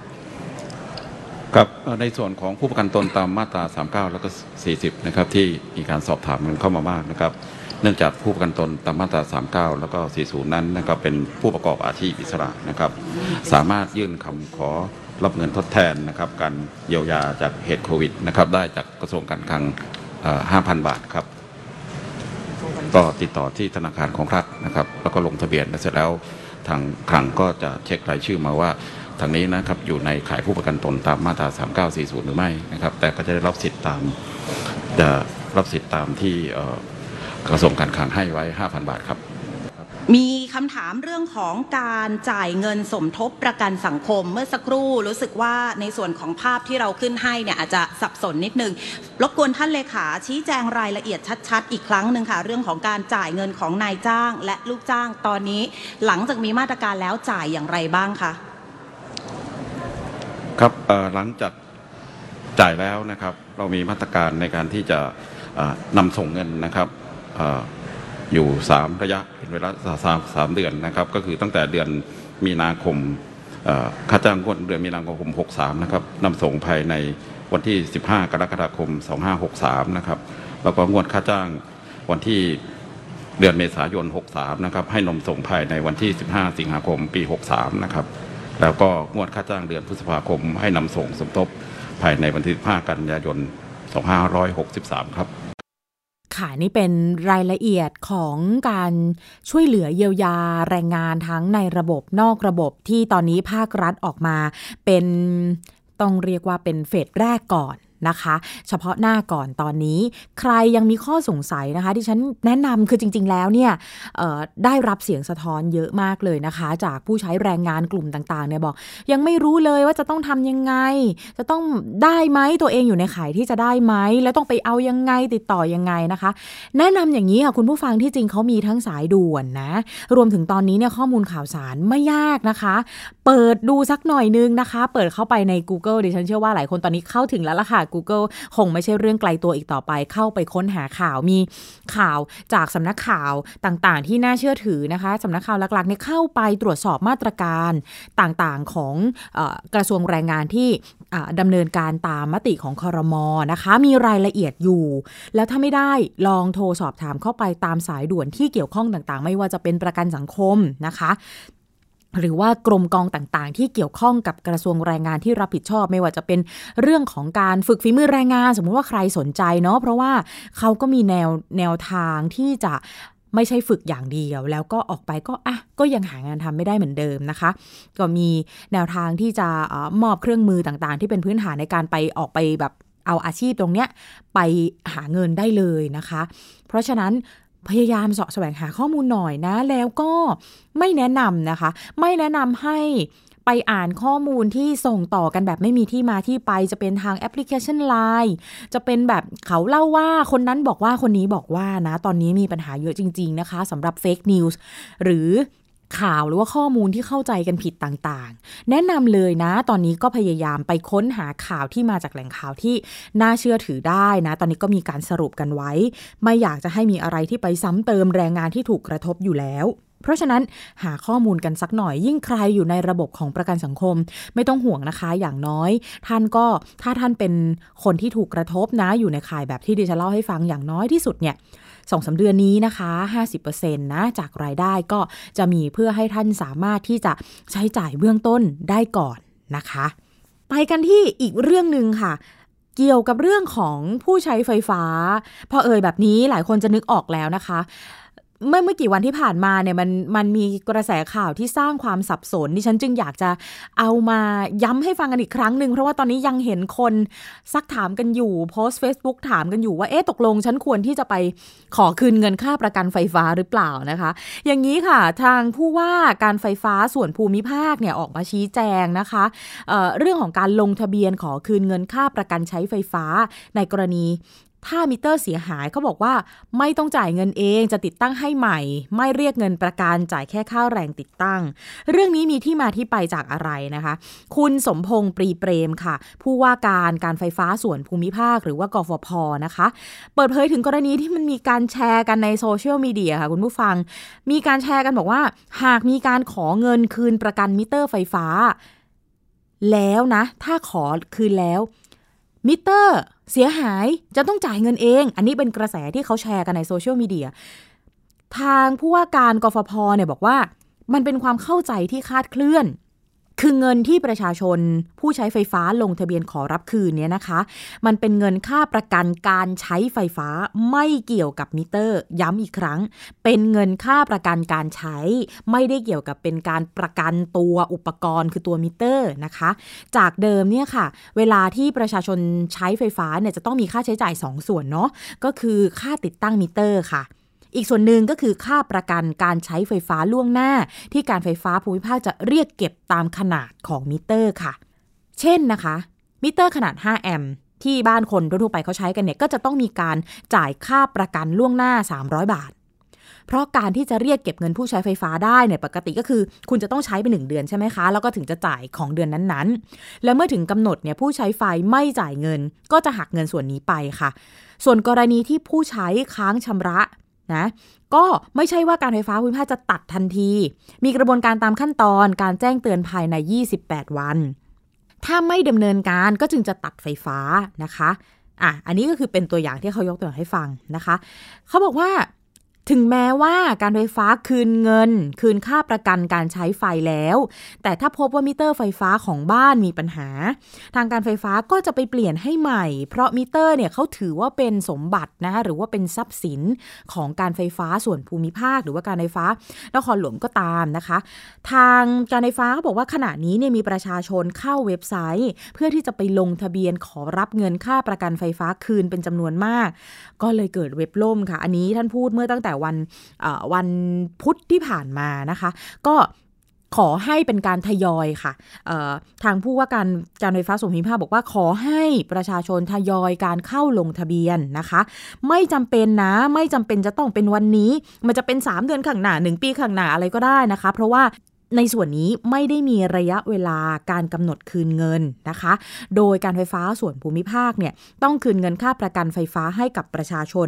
ครับในส่วนของผู้ประกันตนตามมาตรา39แล้วก็40นะครับที่มีการสอบถามกันเข้ามามากนะครับเนื่องจากผู้ประกันตนตามมาตรา39แล้วก็40นั้นนะครับเป็นผู้ประกอบอาชีพอิสระนะครับสามารถยื่นคำขอรับเงินทดแทนนะครับการเยียวยาจากเหตุโควิดนะครับได้จากกระทรวงการคลัง 5,000 บาทครับก็ติดต่อที่ธนาคารของรัฐนะครับแล้วก็ลงทะเบียนเสร็จแล้วทางคลังก็จะเช็ครายชื่อมาว่าทางนี้นะครับอยู่ในข่ายผู้ประกันตนตามมาตรา3940หรือไม่นะครับแต่ก็จะได้รับสิทธิ์ตามที่กระทรวงการคลังให้ไว้ 5,000 บาทครับ
มีคำถามเรื่องของการจ่ายเงินสมทบประกันสังคมเมื่อสักครู่รู้สึกว่าในส่วนของภาพที่เราขึ้นให้เนี่ยอาจจะสับสนนิดนึงรบกวนท่านเลขาชี้แจงรายละเอียดชัดๆอีกครั้งหนึ่งค่ะเรื่องของการจ่ายเงินของนายจ้างและลูกจ้างตอนนี้หลังจากมีมาตรการแล้วจ่ายอย่างไรบ้างคะ
ครับหลังจากจ่ายแล้วนะครับเรามีมาตรการในการที่จะนำส่งเงินนะครับอยู่3ระยะเป็นเวลา3เดือนนะครับก็คือตั้งแต่เดือนมีนาคมค่าจ้างงวดเดือนมีนาคม63นะครับนำส่งภายในวันที่15กรกฎาคม2563นะครับแล้วก็งวดค่าจ้างวันที่เดือนเมษายน63นะครับให้นำส่งภายในวันที่15สิงหาคมปี63นะครับแล้วก็งวดค่าจ้างเดือนพฤษภาคมให้นำส่งสมทบภายในวันที่15กันยายน2563ครับ
ค่ะนี่เป็นรายละเอียดของการช่วยเหลือเยียวยาแรงงานทั้งในระบบนอกระบบที่ตอนนี้ภาครัฐออกมาเป็นต้องเรียกว่าเป็นเฟสแรกก่อนนะคะเฉพาะหน้าก่อนตอนนี้ใครยังมีข้อสงสัยนะคะที่ฉันแนะนำคือจริงๆแล้วเนี่ยได้รับเสียงสะท้อนเยอะมากเลยนะคะจากผู้ใช้แรงงานกลุ่มต่างๆเนี่ยบอกยังไม่รู้เลยว่าจะต้องทำยังไงจะต้องได้ไหมตัวเองอยู่ในข่ายที่จะได้ไหมแล้วต้องไปเอายังไงติดต่อยังไงนะคะแนะนำอย่างนี้ค่ะคุณผู้ฟังที่จริงเขามีทั้งสายด่วนนะรวมถึงตอนนี้เนี่ยข้อมูลข่าวสารไม่ยากนะคะเปิดดูสักหน่อยนึงนะคะเปิดเข้าไปใน Google ดิฉันเชื่อว่าหลายคนตอนนี้เข้าถึงแล้วล่ะค่ะ Google คงไม่ใช่เรื่องไกลตัวอีกต่อไปเข้าไปค้นหาข่าวมีข่าวจากสำนักข่าวต่างๆที่น่าเชื่อถือนะคะสำนักข่าวหลักๆเนี่ยเข้าไปตรวจสอบมาตรการต่างๆของกระทรวงแรงงานที่ดำเนินการตามมติของครม.นะคะมีรายละเอียดอยู่แล้วถ้าไม่ได้ลองโทรสอบถามเข้าไปตามสายด่วนที่เกี่ยวข้องต่างๆไม่ว่าจะเป็นประกันสังคมนะคะหรือว่ากรมกองต่างๆที่เกี่ยวข้องกับกระทรวงแรงงานที่รับผิดชอบไม่ว่าจะเป็นเรื่องของการฝึกฝีมือแรงงานสมมุติว่าใครสนใจเนาะเพราะว่าเขาก็มีแนวทางที่จะไม่ใช่ฝึกอย่างเดียวแล้วก็ออกไปก็ยังหางานทำไม่ได้เหมือนเดิมนะคะก็มีแนวทางที่จะมอบเครื่องมือต่างๆที่เป็นพื้นฐานในการไปออกไปแบบเอาอาชีพตรงเนี้ยไปหาเงินได้เลยนะคะเพราะฉะนั้นพยายามเสาะแสวงหาข้อมูลหน่อยนะแล้วก็ไม่แนะนำนะคะไม่แนะนำให้ไปอ่านข้อมูลที่ส่งต่อกันแบบไม่มีที่มาที่ไปจะเป็นทางแอปพลิเคชัน LINE จะเป็นแบบเขาเล่าว่าคนนั้นบอกว่าคนนี้บอกว่านะตอนนี้มีปัญหาเยอะจริงๆนะคะสำหรับเฟกนิวส์หรือข่าวหรือว่าข้อมูลที่เข้าใจกันผิดต่างๆแนะนำเลยนะตอนนี้ก็พยายามไปค้นหาข่าวที่มาจากแหล่งข่าวที่น่าเชื่อถือได้นะตอนนี้ก็มีการสรุปกันไว้ไม่อยากจะให้มีอะไรที่ไปซ้ำเติมแรงงานที่ถูกกระทบอยู่แล้วเพราะฉะนั้นหาข้อมูลกันสักหน่อยยิ่งใครอยู่ในระบบของประกันสังคมไม่ต้องห่วงนะคะอย่างน้อยท่านก็ถ้าท่านเป็นคนที่ถูกกระทบนะอยู่ในข่ายแบบที่ดิฉันเล่าให้ฟังอย่างน้อยที่สุดเนี่ย 2-3 เดือนนี้นะคะ 50% นะจากรายได้ก็จะมีเพื่อให้ท่านสามารถที่จะใช้จ่ายเบื้องต้นได้ก่อนนะคะไปกันที่อีกเรื่องนึงค่ะเกี่ยวกับเรื่องของผู้ใช้ไฟฟ้าพอแบบนี้หลายคนจะนึกออกแล้วนะคะเมื่อกี่วันที่ผ่านมาเนี่ยมันมีกระแสข่าวที่สร้างความสับสนดิฉันจึงอยากจะเอามาย้ำให้ฟังกันอีกครั้งนึงเพราะว่าตอนนี้ยังเห็นคนซักถามกันอยู่โพสต์ Facebook ถามกันอยู่ว่าตกลงฉันควรที่จะไปขอคืนเงินค่าประกันไฟฟ้าหรือเปล่านะคะอย่างนี้ค่ะทางผู้ว่าการไฟฟ้าส่วนภูมิภาคเนี่ยออกมาชี้แจงนะคะเรื่องของการลงทะเบียนขอคืนเงินค่าประกันใช้ไฟฟ้าในกรณีถ้ามิเตอร์เสียหายเขาบอกว่าไม่ต้องจ่ายเงินเองจะติดตั้งให้ใหม่ไม่เรียกเงินประกันจ่ายแค่ค่าแรงติดตั้งเรื่องนี้มีที่มาที่ไปจากอะไรนะคะคุณสมพงษ์ปรีเปรมค่ะผู้ว่าการไฟฟ้าส่วนภูมิภาคหรือว่ากฟผ.นะคะเปิดเผยถึงกรณีที่มันมีการแชร์กันในโซเชียลมีเดียค่ะคุณผู้ฟังมีการแชร์กันบอกว่าหากมีการขอเงินคืนประกันมิเตอร์ไฟฟ้าแล้วนะถ้าขอคืนแล้วมิเตอร์เสียหายจะต้องจ่ายเงินเองอันนี้เป็นกระแสที่เขาแชร์กันในโซเชียลมีเดียทางผู้ว่าการกฟผ.เนี่ยบอกว่ามันเป็นความเข้าใจที่คลาดเคลื่อนคือเงินที่ประชาชนผู้ใช้ไฟฟ้าลงทะเบียนขอรับคืนเนี่ยนะคะมันเป็นเงินค่าประกันการใช้ไฟฟ้าไม่เกี่ยวกับมิเตอร์ย้ำอีกครั้งเป็นเงินค่าประกันการใช้ไม่ได้เกี่ยวกับเป็นการประกันตัวอุปกรณ์คือตัวมิเตอร์นะคะจากเดิมเนี่ยค่ะเวลาที่ประชาชนใช้ไฟฟ้าเนี่ยจะต้องมีค่าใช้จ่าย2ส่วนเนาะก็คือค่าติดตั้งมิเตอร์ค่ะอีกส่วนหนึ่งก็คือค่าประกันการใช้ไฟฟ้าล่วงหน้าที่การไฟฟ้าภูมิภาคจะเรียกเก็บตามขนาดของมิเตอร์ค่ะเช่นนะคะมิเตอร์ขนาด5แอมป์ที่บ้านคนทั่วไปเขาใช้กันเนี่ยก็จะต้องมีการจ่ายค่าประกันล่วงหน้า300 บาทเพราะการที่จะเรียกเก็บเงินผู้ใช้ไฟฟ้าได้เนี่ยปกติก็คือคุณจะต้องใช้ไป1เดือนใช่ไหมคะแล้วก็ถึงจะจ่ายของเดือนนั้นๆและเมื่อถึงกำหนดเนี่ยผู้ใช้ไฟไม่จ่ายเงินก็จะหักเงินส่วนนี้ไปค่ะส่วนกรณีที่ผู้ใช้ค้างชำระนะก็ไม่ใช่ว่าการไฟฟ้าภูมิภาคจะตัดทันทีมีกระบวนการตามขั้นตอนการแจ้งเตือนภายใน28 วันถ้าไม่ดำเนินการก็จึงจะตัดไฟฟ้านะคะอันนี้ก็คือเป็นตัวอย่างที่เขายกตัวอย่างให้ฟังนะคะเขาบอกว่าถึงแม้ว่าการไฟฟ้าคืนเงินคืนค่าประกันการใช้ไฟแล้วแต่ถ้าพบว่ามิเตอร์ไฟฟ้าของบ้านมีปัญหาทางการไฟฟ้าก็จะไปเปลี่ยนให้ใหม่เพราะมิเตอร์เนี่ยเขาถือว่าเป็นสมบัตินะหรือว่าเป็นทรัพย์สินของการไฟฟ้าส่วนภูมิภาคหรือว่าการไฟฟ้านครหลวงก็ตามนะคะทางการไฟฟ้าเขาบอกว่าขณะนี้เนี่ยมีประชาชนเข้าเว็บไซต์เพื่อที่จะไปลงทะเบียนขอรับเงินค่าประกันไฟฟ้าคืนเป็นจำนวนมากก็เลยเกิดเว็บล่มค่ะอันนี้ท่านพูดเมื่อตั้งแต่วันพุธที่ผ่านมานะคะก็ขอให้เป็นการทยอยค่ะทางผู้ว่าการไฟฟ้าส่วนภูมิภาคบอกว่าขอให้ประชาชนทยอยการเข้าลงทะเบียนนะคะไม่จำเป็นนะไม่จำเป็นจะต้องเป็นวันนี้มันจะเป็น3เดือนข้างหน้า1ปีข้างหน้าอะไรก็ได้นะคะเพราะว่าในส่วนนี้ไม่ได้มีระยะเวลาการกำหนดคืนเงินนะคะโดยการไฟฟ้าส่วนภูมิภาคเนี่ยต้องคืนเงินค่าประกันไฟฟ้าให้กับประชาชน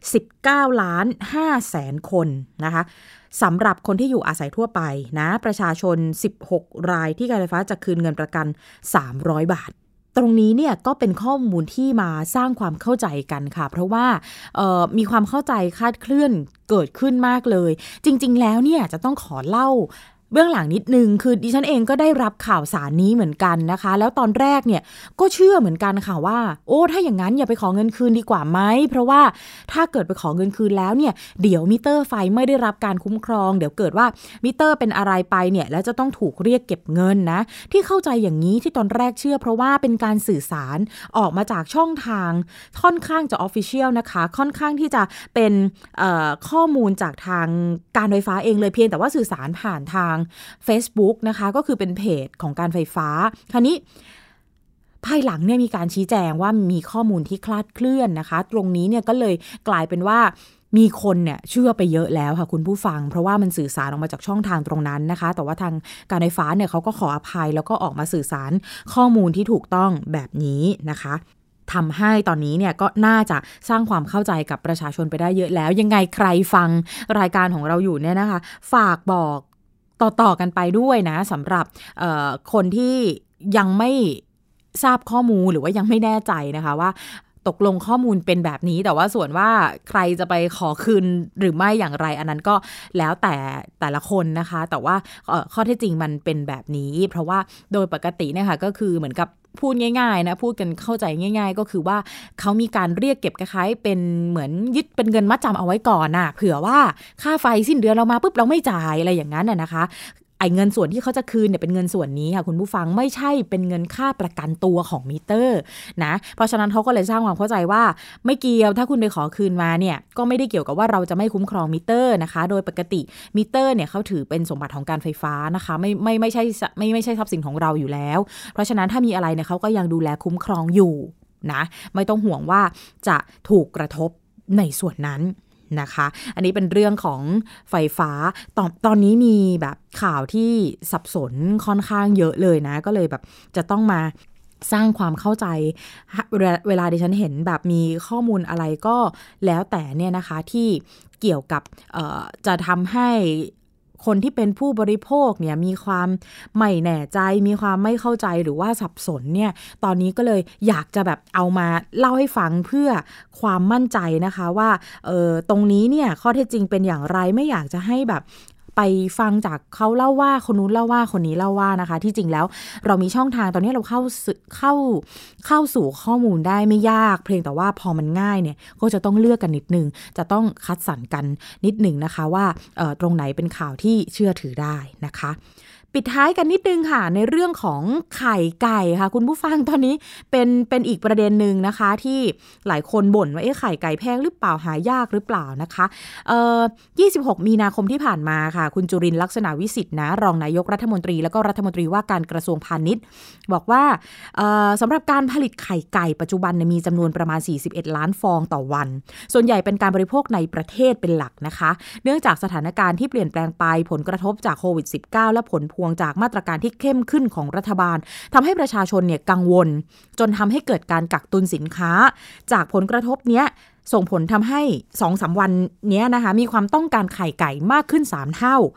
19,500,000 คนนะคะสำหรับคนที่อยู่อาศัยทั่วไปนะประชาชน16รายที่การไฟฟ้าจะคืนเงินประกัน300 บาทตรงนี้เนี่ยก็เป็นข้อมูลที่มาสร้างความเข้าใจกันค่ะเพราะว่ามีความเข้าใจคลาดเคลื่อนเกิดขึ้นมากเลยจริงๆแล้วเนี่ยจะต้องขอเล่าเบื้องหลังนิดนึงคือดิฉันเองก็ได้รับข่าวสารนี้เหมือนกันนะคะแล้วตอนแรกเนี่ยก็เชื่อเหมือนกันค่ะว่าโอ้ถ้าอย่างนั้นอย่าไปขอเงินคืนดีกว่าไหมเพราะว่าถ้าเกิดไปขอเงินคืนแล้วเนี่ยเดี๋ยวมิเตอร์ไฟไม่ได้รับการคุ้มครองเดี๋ยวเกิดว่ามิเตอร์เป็นอะไรไปเนี่ยแล้วจะต้องถูกเรียกเก็บเงินนะที่เข้าใจอย่างนี้ที่ตอนแรกเชื่อเพราะว่าเป็นการสื่อสารออกมาจากช่องทางค่อนข้างจะ official นะคะค่อนข้างที่จะเป็นข้อมูลจากทางการไฟฟ้าเองเลยเพียงแต่ว่าสื่อสารผ่านทางFacebook นะคะก็คือเป็นเพจของการไฟฟ้าคราวนี้ภายหลังเนี่ยมีการชี้แจงว่ามีข้อมูลที่คลาดเคลื่อนนะคะตรงนี้เนี่ยก็เลยกลายเป็นว่ามีคนเนี่ยเชื่อไปเยอะแล้วค่ะคุณผู้ฟังเพราะว่ามันสื่อสารออกมาจากช่องทางตรงนั้นนะคะแต่ว่าทางการไฟฟ้าเนี่ยเขาก็ขออภัยแล้วก็ออกมาสื่อสารข้อมูลที่ถูกต้องแบบนี้นะคะทำให้ตอนนี้เนี่ยก็น่าจะสร้างความเข้าใจกับประชาชนไปได้เยอะแล้วยังไงใครฟังรายการของเราอยู่เนี่ยนะคะฝากบอกต่อกันไปด้วยนะสำหรับคนที่ยังไม่ทราบข้อมูลหรือว่ายังไม่แน่ใจนะคะว่าตกลงข้อมูลเป็นแบบนี้แต่ว่าส่วนว่าใครจะไปขอคืนหรือไม่อย่างไรอันนั้นก็แล้วแต่ละคนนะคะแต่ว่าข้อเท็จจริงมันเป็นแบบนี้เพราะว่าโดยปกติเนี่ยค่ะก็คือเหมือนกับพูดง่ายๆนะพูดกันเข้าใจง่ายๆก็คือว่าเขามีการเรียกเก็บคล้ายๆเป็นเหมือนยึดเป็นเงินมัดจำเอาไว้ก่อนน่ะเผื่อว่าค่าไฟสิ้นเดือนเรามาปุ๊บเราไม่จ่ายอะไรอย่างนั้นน่ะนะคะไอ้เงินส่วนที่เขาจะคืนเนี่ยเป็นเงินส่วนนี้ค่ะคุณผู้ฟังไม่ใช่เป็นเงินค่าประกันตัวของมิเตอร์นะเพราะฉะนั้นเขาก็เลยสร้างความเข้าใจว่าไม่เกี่ยวถ้าคุณไปขอคืนมาเนี่ยก็ไม่ได้เกี่ยวกับว่าเราจะไม่คุ้มครองมิเตอร์นะคะโดยปกติมิเตอร์เนี่ยเขาถือเป็นสมบัติของการไฟฟ้านะคะไม่ใช่ทรัพย์สินของเราอยู่แล้วเพราะฉะนั้นถ้ามีอะไรเนี่ยเขาก็ยังดูแลคุ้มครองอยู่นะไม่ต้องห่วงว่าจะถูกกระทบในส่วนนั้นนะคะอันนี้เป็นเรื่องของไฟฟ้าตอนนี้มีแบบข่าวที่สับสนค่อนข้างเยอะเลยนะก็เลยแบบจะต้องมาสร้างความเข้าใจเวลาดิฉันเห็นแบบมีข้อมูลอะไรก็แล้วแต่เนี่ยนะคะที่เกี่ยวกับจะทำให้คนที่เป็นผู้บริโภคเนี่ยมีความไม่แน่ใจมีความไม่เข้าใจหรือว่าสับสนเนี่ยตอนนี้ก็เลยอยากจะแบบเอามาเล่าให้ฟังเพื่อความมั่นใจนะคะว่าตรงนี้เนี่ยข้อเท็จจริงเป็นอย่างไรไม่อยากจะให้แบบไปฟังจากเขาเล่าว่าคนนู้นเล่าว่าคนนี้เล่าว่านะคะที่จริงแล้วเรามีช่องทางตอนนี้เราเข้าสู่ข้อมูลได้ไม่ยากเพียงแต่ว่าพอมันง่ายเนี่ยก็จะต้องเลือกกันนิดนึงจะต้องคัดสรรกันนิดนึงนะคะว่าตรงไหนเป็นข่าวที่เชื่อถือได้นะคะปิดท้ายกันนิดนึงค่ะในเรื่องของไข่ไก่ค่ะคุณผู้ฟังตอนนี้เป็นอีกประเด็นหนึ่งนะคะที่หลายคนบ่นว่าไข่ไก่แพงหรือเปล่าหายากหรือเปล่านะคะ26 มีนาคมที่ผ่านมาค่ะคุณจุรินทร์ลักษณะวิสิทธิ์นะรองนายกรัฐมนตรีแล้วก็รัฐมนตรีว่าการกระทรวงพาณิชย์บอกว่าสำหรับการผลิตไข่ไก่ปัจจุบันมีจำนวนประมาณ41ล้านฟองต่อวันส่วนใหญ่เป็นการบริโภคในประเทศเป็นหลักนะคะเนื่องจากสถานการณ์ที่เปลี่ยนแปลงไปผลกระทบจากโควิด -19 และผลพวงจากมาตรการที่เข้มขึ้นของรัฐบาลทำให้ประชาชนเนี่ยกังวลจนทำให้เกิดการกักตุนสินค้าจากผลกระทบเนี้ยส่งผลทำให้ 2-3 วันเนี้ยนะคะมีความต้องการไข่ไก่มากขึ้น3เท่า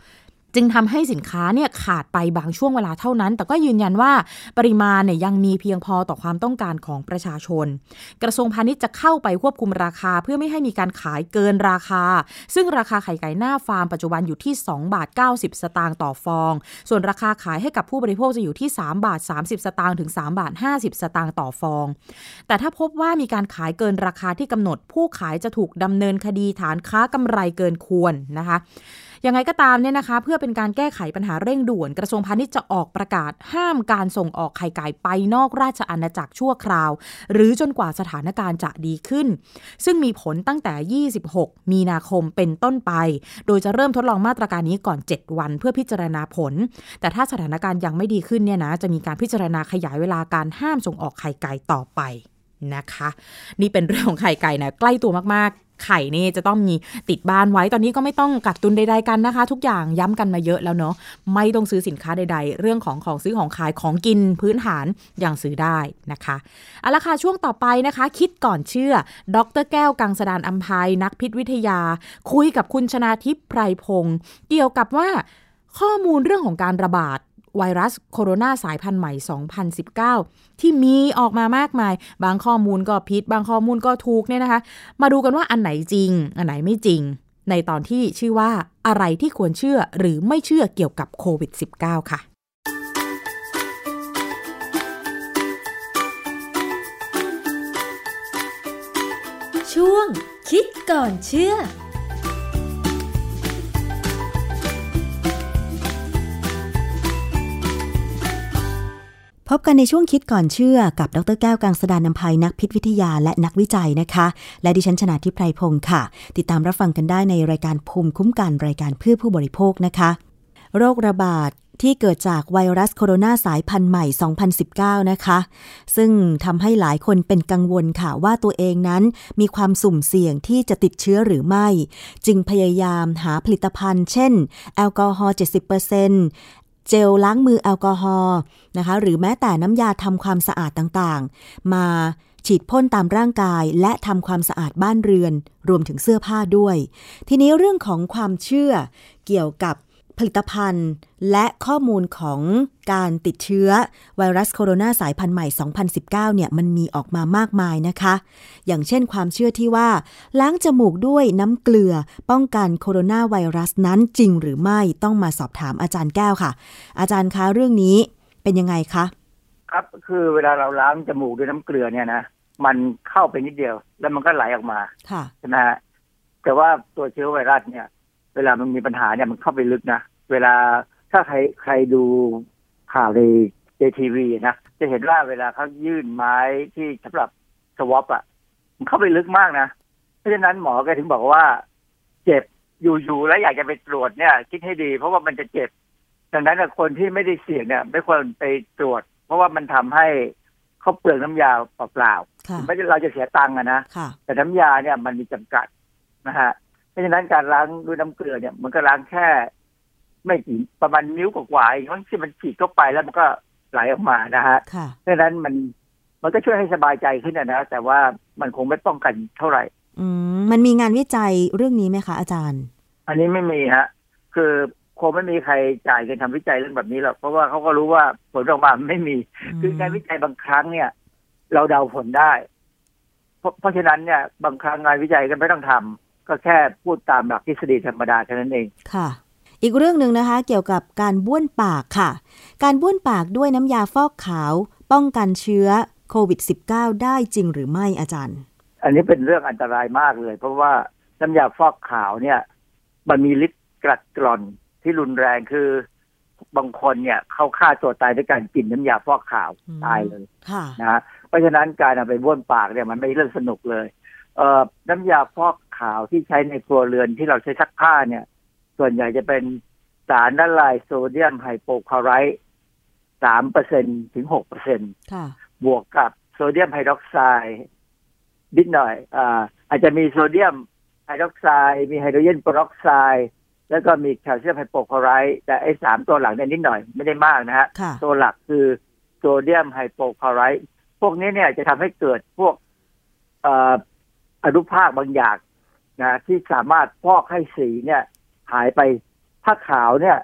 จึงทำให้สินค้าเนี่ยขาดไปบางช่วงเวลาเท่านั้นแต่ก็ยืนยันว่าปริมาณเนี่ยยังมีเพียงพอต่อความต้องการของประชาชนกระทรวงพาณิชย์จะเข้าไปควบคุมราคาเพื่อไม่ให้มีการขายเกินราคาซึ่งราคาไข่ไก่หน้าฟาร์มปัจจุบันอยู่ที่2.90 บาทต่อฟองส่วนราคาขายให้กับผู้บริโภคจะอยู่ที่3.30 บาทถึง3.50 บาทต่อฟองแต่ถ้าพบว่ามีการขายเกินราคาที่กำหนดผู้ขายจะถูกดำเนินคดีฐานค้ากำไรเกินควรนะคะยังไงก็ตามเนี่ยนะคะเพื่อเป็นการแก้ไขปัญหาเร่งด่วนกระทรวงพาณิชย์จะออกประกาศห้ามการส่งออกไข่ไก่ไปนอกราชอาณาจักรชั่วคราวหรือจนกว่าสถานการณ์จะดีขึ้นซึ่งมีผลตั้งแต่26มีนาคมเป็นต้นไปโดยจะเริ่มทดลองมาตรการนี้ก่อน7วันเพื่อพิจารณาผลแต่ถ้าสถานการณ์ยังไม่ดีขึ้นเนี่ยนะจะมีการพิจารณาขยายเวลาการห้ามส่งออกไข่ไก่ต่อไปนะคะนี่เป็นเรื่องของไข่ไก่นะใกล้ตัวมากๆไข่นี่จะต้องมีติดบ้านไว้ตอนนี้ก็ไม่ต้องกักตุนใดๆกันนะคะทุกอย่างย้ำกันมาเยอะแล้วเนาะไม่ต้องซื้อสินค้าใดๆเรื่องของซื้อของขายของกินพื้นฐานอย่างซื้อได้นะคะเอาละค่ะช่วงต่อไปนะคะคิดก่อนเชื่อดร.แก้วกังสดาลอำไพนักพิษวิทยาคุยกับคุณชนาทิพย์ไพรพงศ์เกี่ยวกับว่าข้อมูลเรื่องของการระบาดไวรัสโคโรนาสายพันธุ์ใหม่2019ที่มีออกมามากมายบางข้อมูลก็ผิดบางข้อมูลก็ถูกเนี่ยนะคะมาดูกันว่าอันไหนจริงอันไหนไม่จริงในตอนที่ชื่อว่าอะไรที่ควรเชื่อหรือไม่เชื่อเกี่ยวกับโควิด -19 ค่ะ
ช่วงคิดก่อนเชื่อ
พบกันในช่วงคิดก่อนเชื่อกับดร.แก้วกังสดาลอำไพนักพิษวิทยาและนักวิจัยนะคะและดิฉันชนาทิพย์ไพรพงศ์ค่ะติดตามรับฟังกันได้ในรายการภูมิคุ้มกันรายการเพื่อผู้บริโภคนะคะโรคระบาดที่เกิดจากไวรัสโคโรนาสายพันธุ์ใหม่2019นะคะซึ่งทำให้หลายคนเป็นกังวลค่ะว่าตัวเองนั้นมีความสุ่มเสี่ยงที่จะติดเชื้อหรือไม่จึงพยายามหาผลิตภัณฑ์เช่นแอลกอฮอล์ 70%เจลล้างมือแอลกอฮอล์นะคะหรือแม้แต่น้ำยาทำความสะอาดต่างๆมาฉีดพ่นตามร่างกายและทำความสะอาดบ้านเรือนรวมถึงเสื้อผ้าด้วยทีนี้เรื่องของความเชื่อเกี่ยวกับผลิตภัณฑ์และข้อมูลของการติดเชื้อไวรัสโคโรนาสายพันธุ์ใหม่2019เนี่ยมันมีออกมามากมายนะคะอย่างเช่นความเชื่อที่ว่าล้างจมูกด้วยน้ำเกลือป้องกันโคโรนาไวรัสนั้นจริงหรือไม่ต้องมาสอบถามอาจารย์แก้วค่ะอาจารย์คะเรื่องนี้เป็นยังไงคะ
ครับคือเวลาเราล้างจมูกด้วยน้ำเกลือเนี่ยนะมันเข้าไปนิดเดียวแล้วมันก็ไหลออกมาใช่ไหมฮะแต่ว่าตัวเชื้อไวรัสเนี่ยเวลามันมีปัญหาเนี่ยมันเข้าไปลึกนะเวลาถ้าใครดูข่าวในทีวีนะจะเห็นว่าเวลาเขายื่นไม้ที่สำหรับสวอปอ่ะมันเข้าไปลึกมากนะเพราะฉะนั้นหมอก็ถึงบอกว่าเจ็บอยู่ๆแล้วอยากจะไปตรวจเนี่ยคิดให้ดีเพราะว่ามันจะเจ็บดังนั้นคนที่ไม่ได้เสี่ยงเนี่ยไม่ควรไปตรวจเพราะว่ามันทำให้เขาเปลืองน้ำยาเปล่าๆไม่ใช่เราจะเสียตังค์นะแต่น้ำยาเนี่ยมันมีจำกัดนะฮะเพราะฉะนั้นการล้างด้วยน้ำเกลือเนี่ยมันก็ล้างแค่ไม่กี่ประมาณนิ้วกว่าๆอย่างที่มันฉีดเข้าไปแล้วมันก็ไหลออกมานะฮะเพราะฉะนั้นมันก็ช่วยให้สบายใจขึ้นนะแต่ว่ามันคงไม่ป้องกันเท่าไหร่
มันมีงานวิจัยเรื่องนี้ไหมคะอาจารย์
อันนี้ไม่มีฮะคือคงไม่มีใครจ่ายเงินทำวิจัยเรื่องแบบนี้หรอกเพราะว่าเขาก็รู้ว่าผลออกมาไม่มีคืองานวิจัยบางครั้งเนี่ยเราเดาผลได้เพราะฉะนั้นเนี่ยบางครั้งงานวิจัยก็ไม่ต้องทำก็แค่พูดตามหลักทฤษฎีธรรมดาเท่านั้นเอง
ค่ะอีกเรื่องนึงนะคะเกี่ยวกับการบ้วนปากค่ะการบ้วนปากด้วยน้ำยาฟอกขาวป้องกันเชื้อโควิด -19 ได้จริงหรือไม่อาจารย์
อันนี้เป็นเรื่องอันตรายมากเลยเพราะว่าน้ำยาฟอกขาวเนี่ยมันมีฤทธิ์กัดกร่อนที่รุนแรงคือบางคนเนี่ยเขาฆ่าตัวตายด้วยการกินน้ำยาฟอกขาวตายเลยนะเพราะฉะนั้นการเอาไปบ้วนปากเนี่ยมันไม่เรื่องสนุกเลยน้ำยาฟอกขาวที่ใช้ในครัวเรือนที่เราใช้ซักผ้าเนี่ยส่วนใหญ่จะเป็นสารละลายโซเดียมไฮโปคลอไรด์ 3% ถึง 6% บวกกับโซเดียมไฮดรอกไซด์นิดหน่อยอาจจะมีโซเดียมไฮดรอกไซด์มีไฮโดรเจนเปอร์ออกไซด์แล้วก็มีแคลเซียมไฮโปคลอไรด์แต่ไอ้3ตัวหลังเนี่ยนิดหน่อยไม่ได้มากนะฮะตัวหลักคือโซเดียมไฮโปคลอไรด์พวกนี้เนี่ยจะทำให้เกิดพวกอนุภาคบางอย่างนะที่สามารถฟอกให้สีเนี่ยหายไปผ้าขาวเนี่ย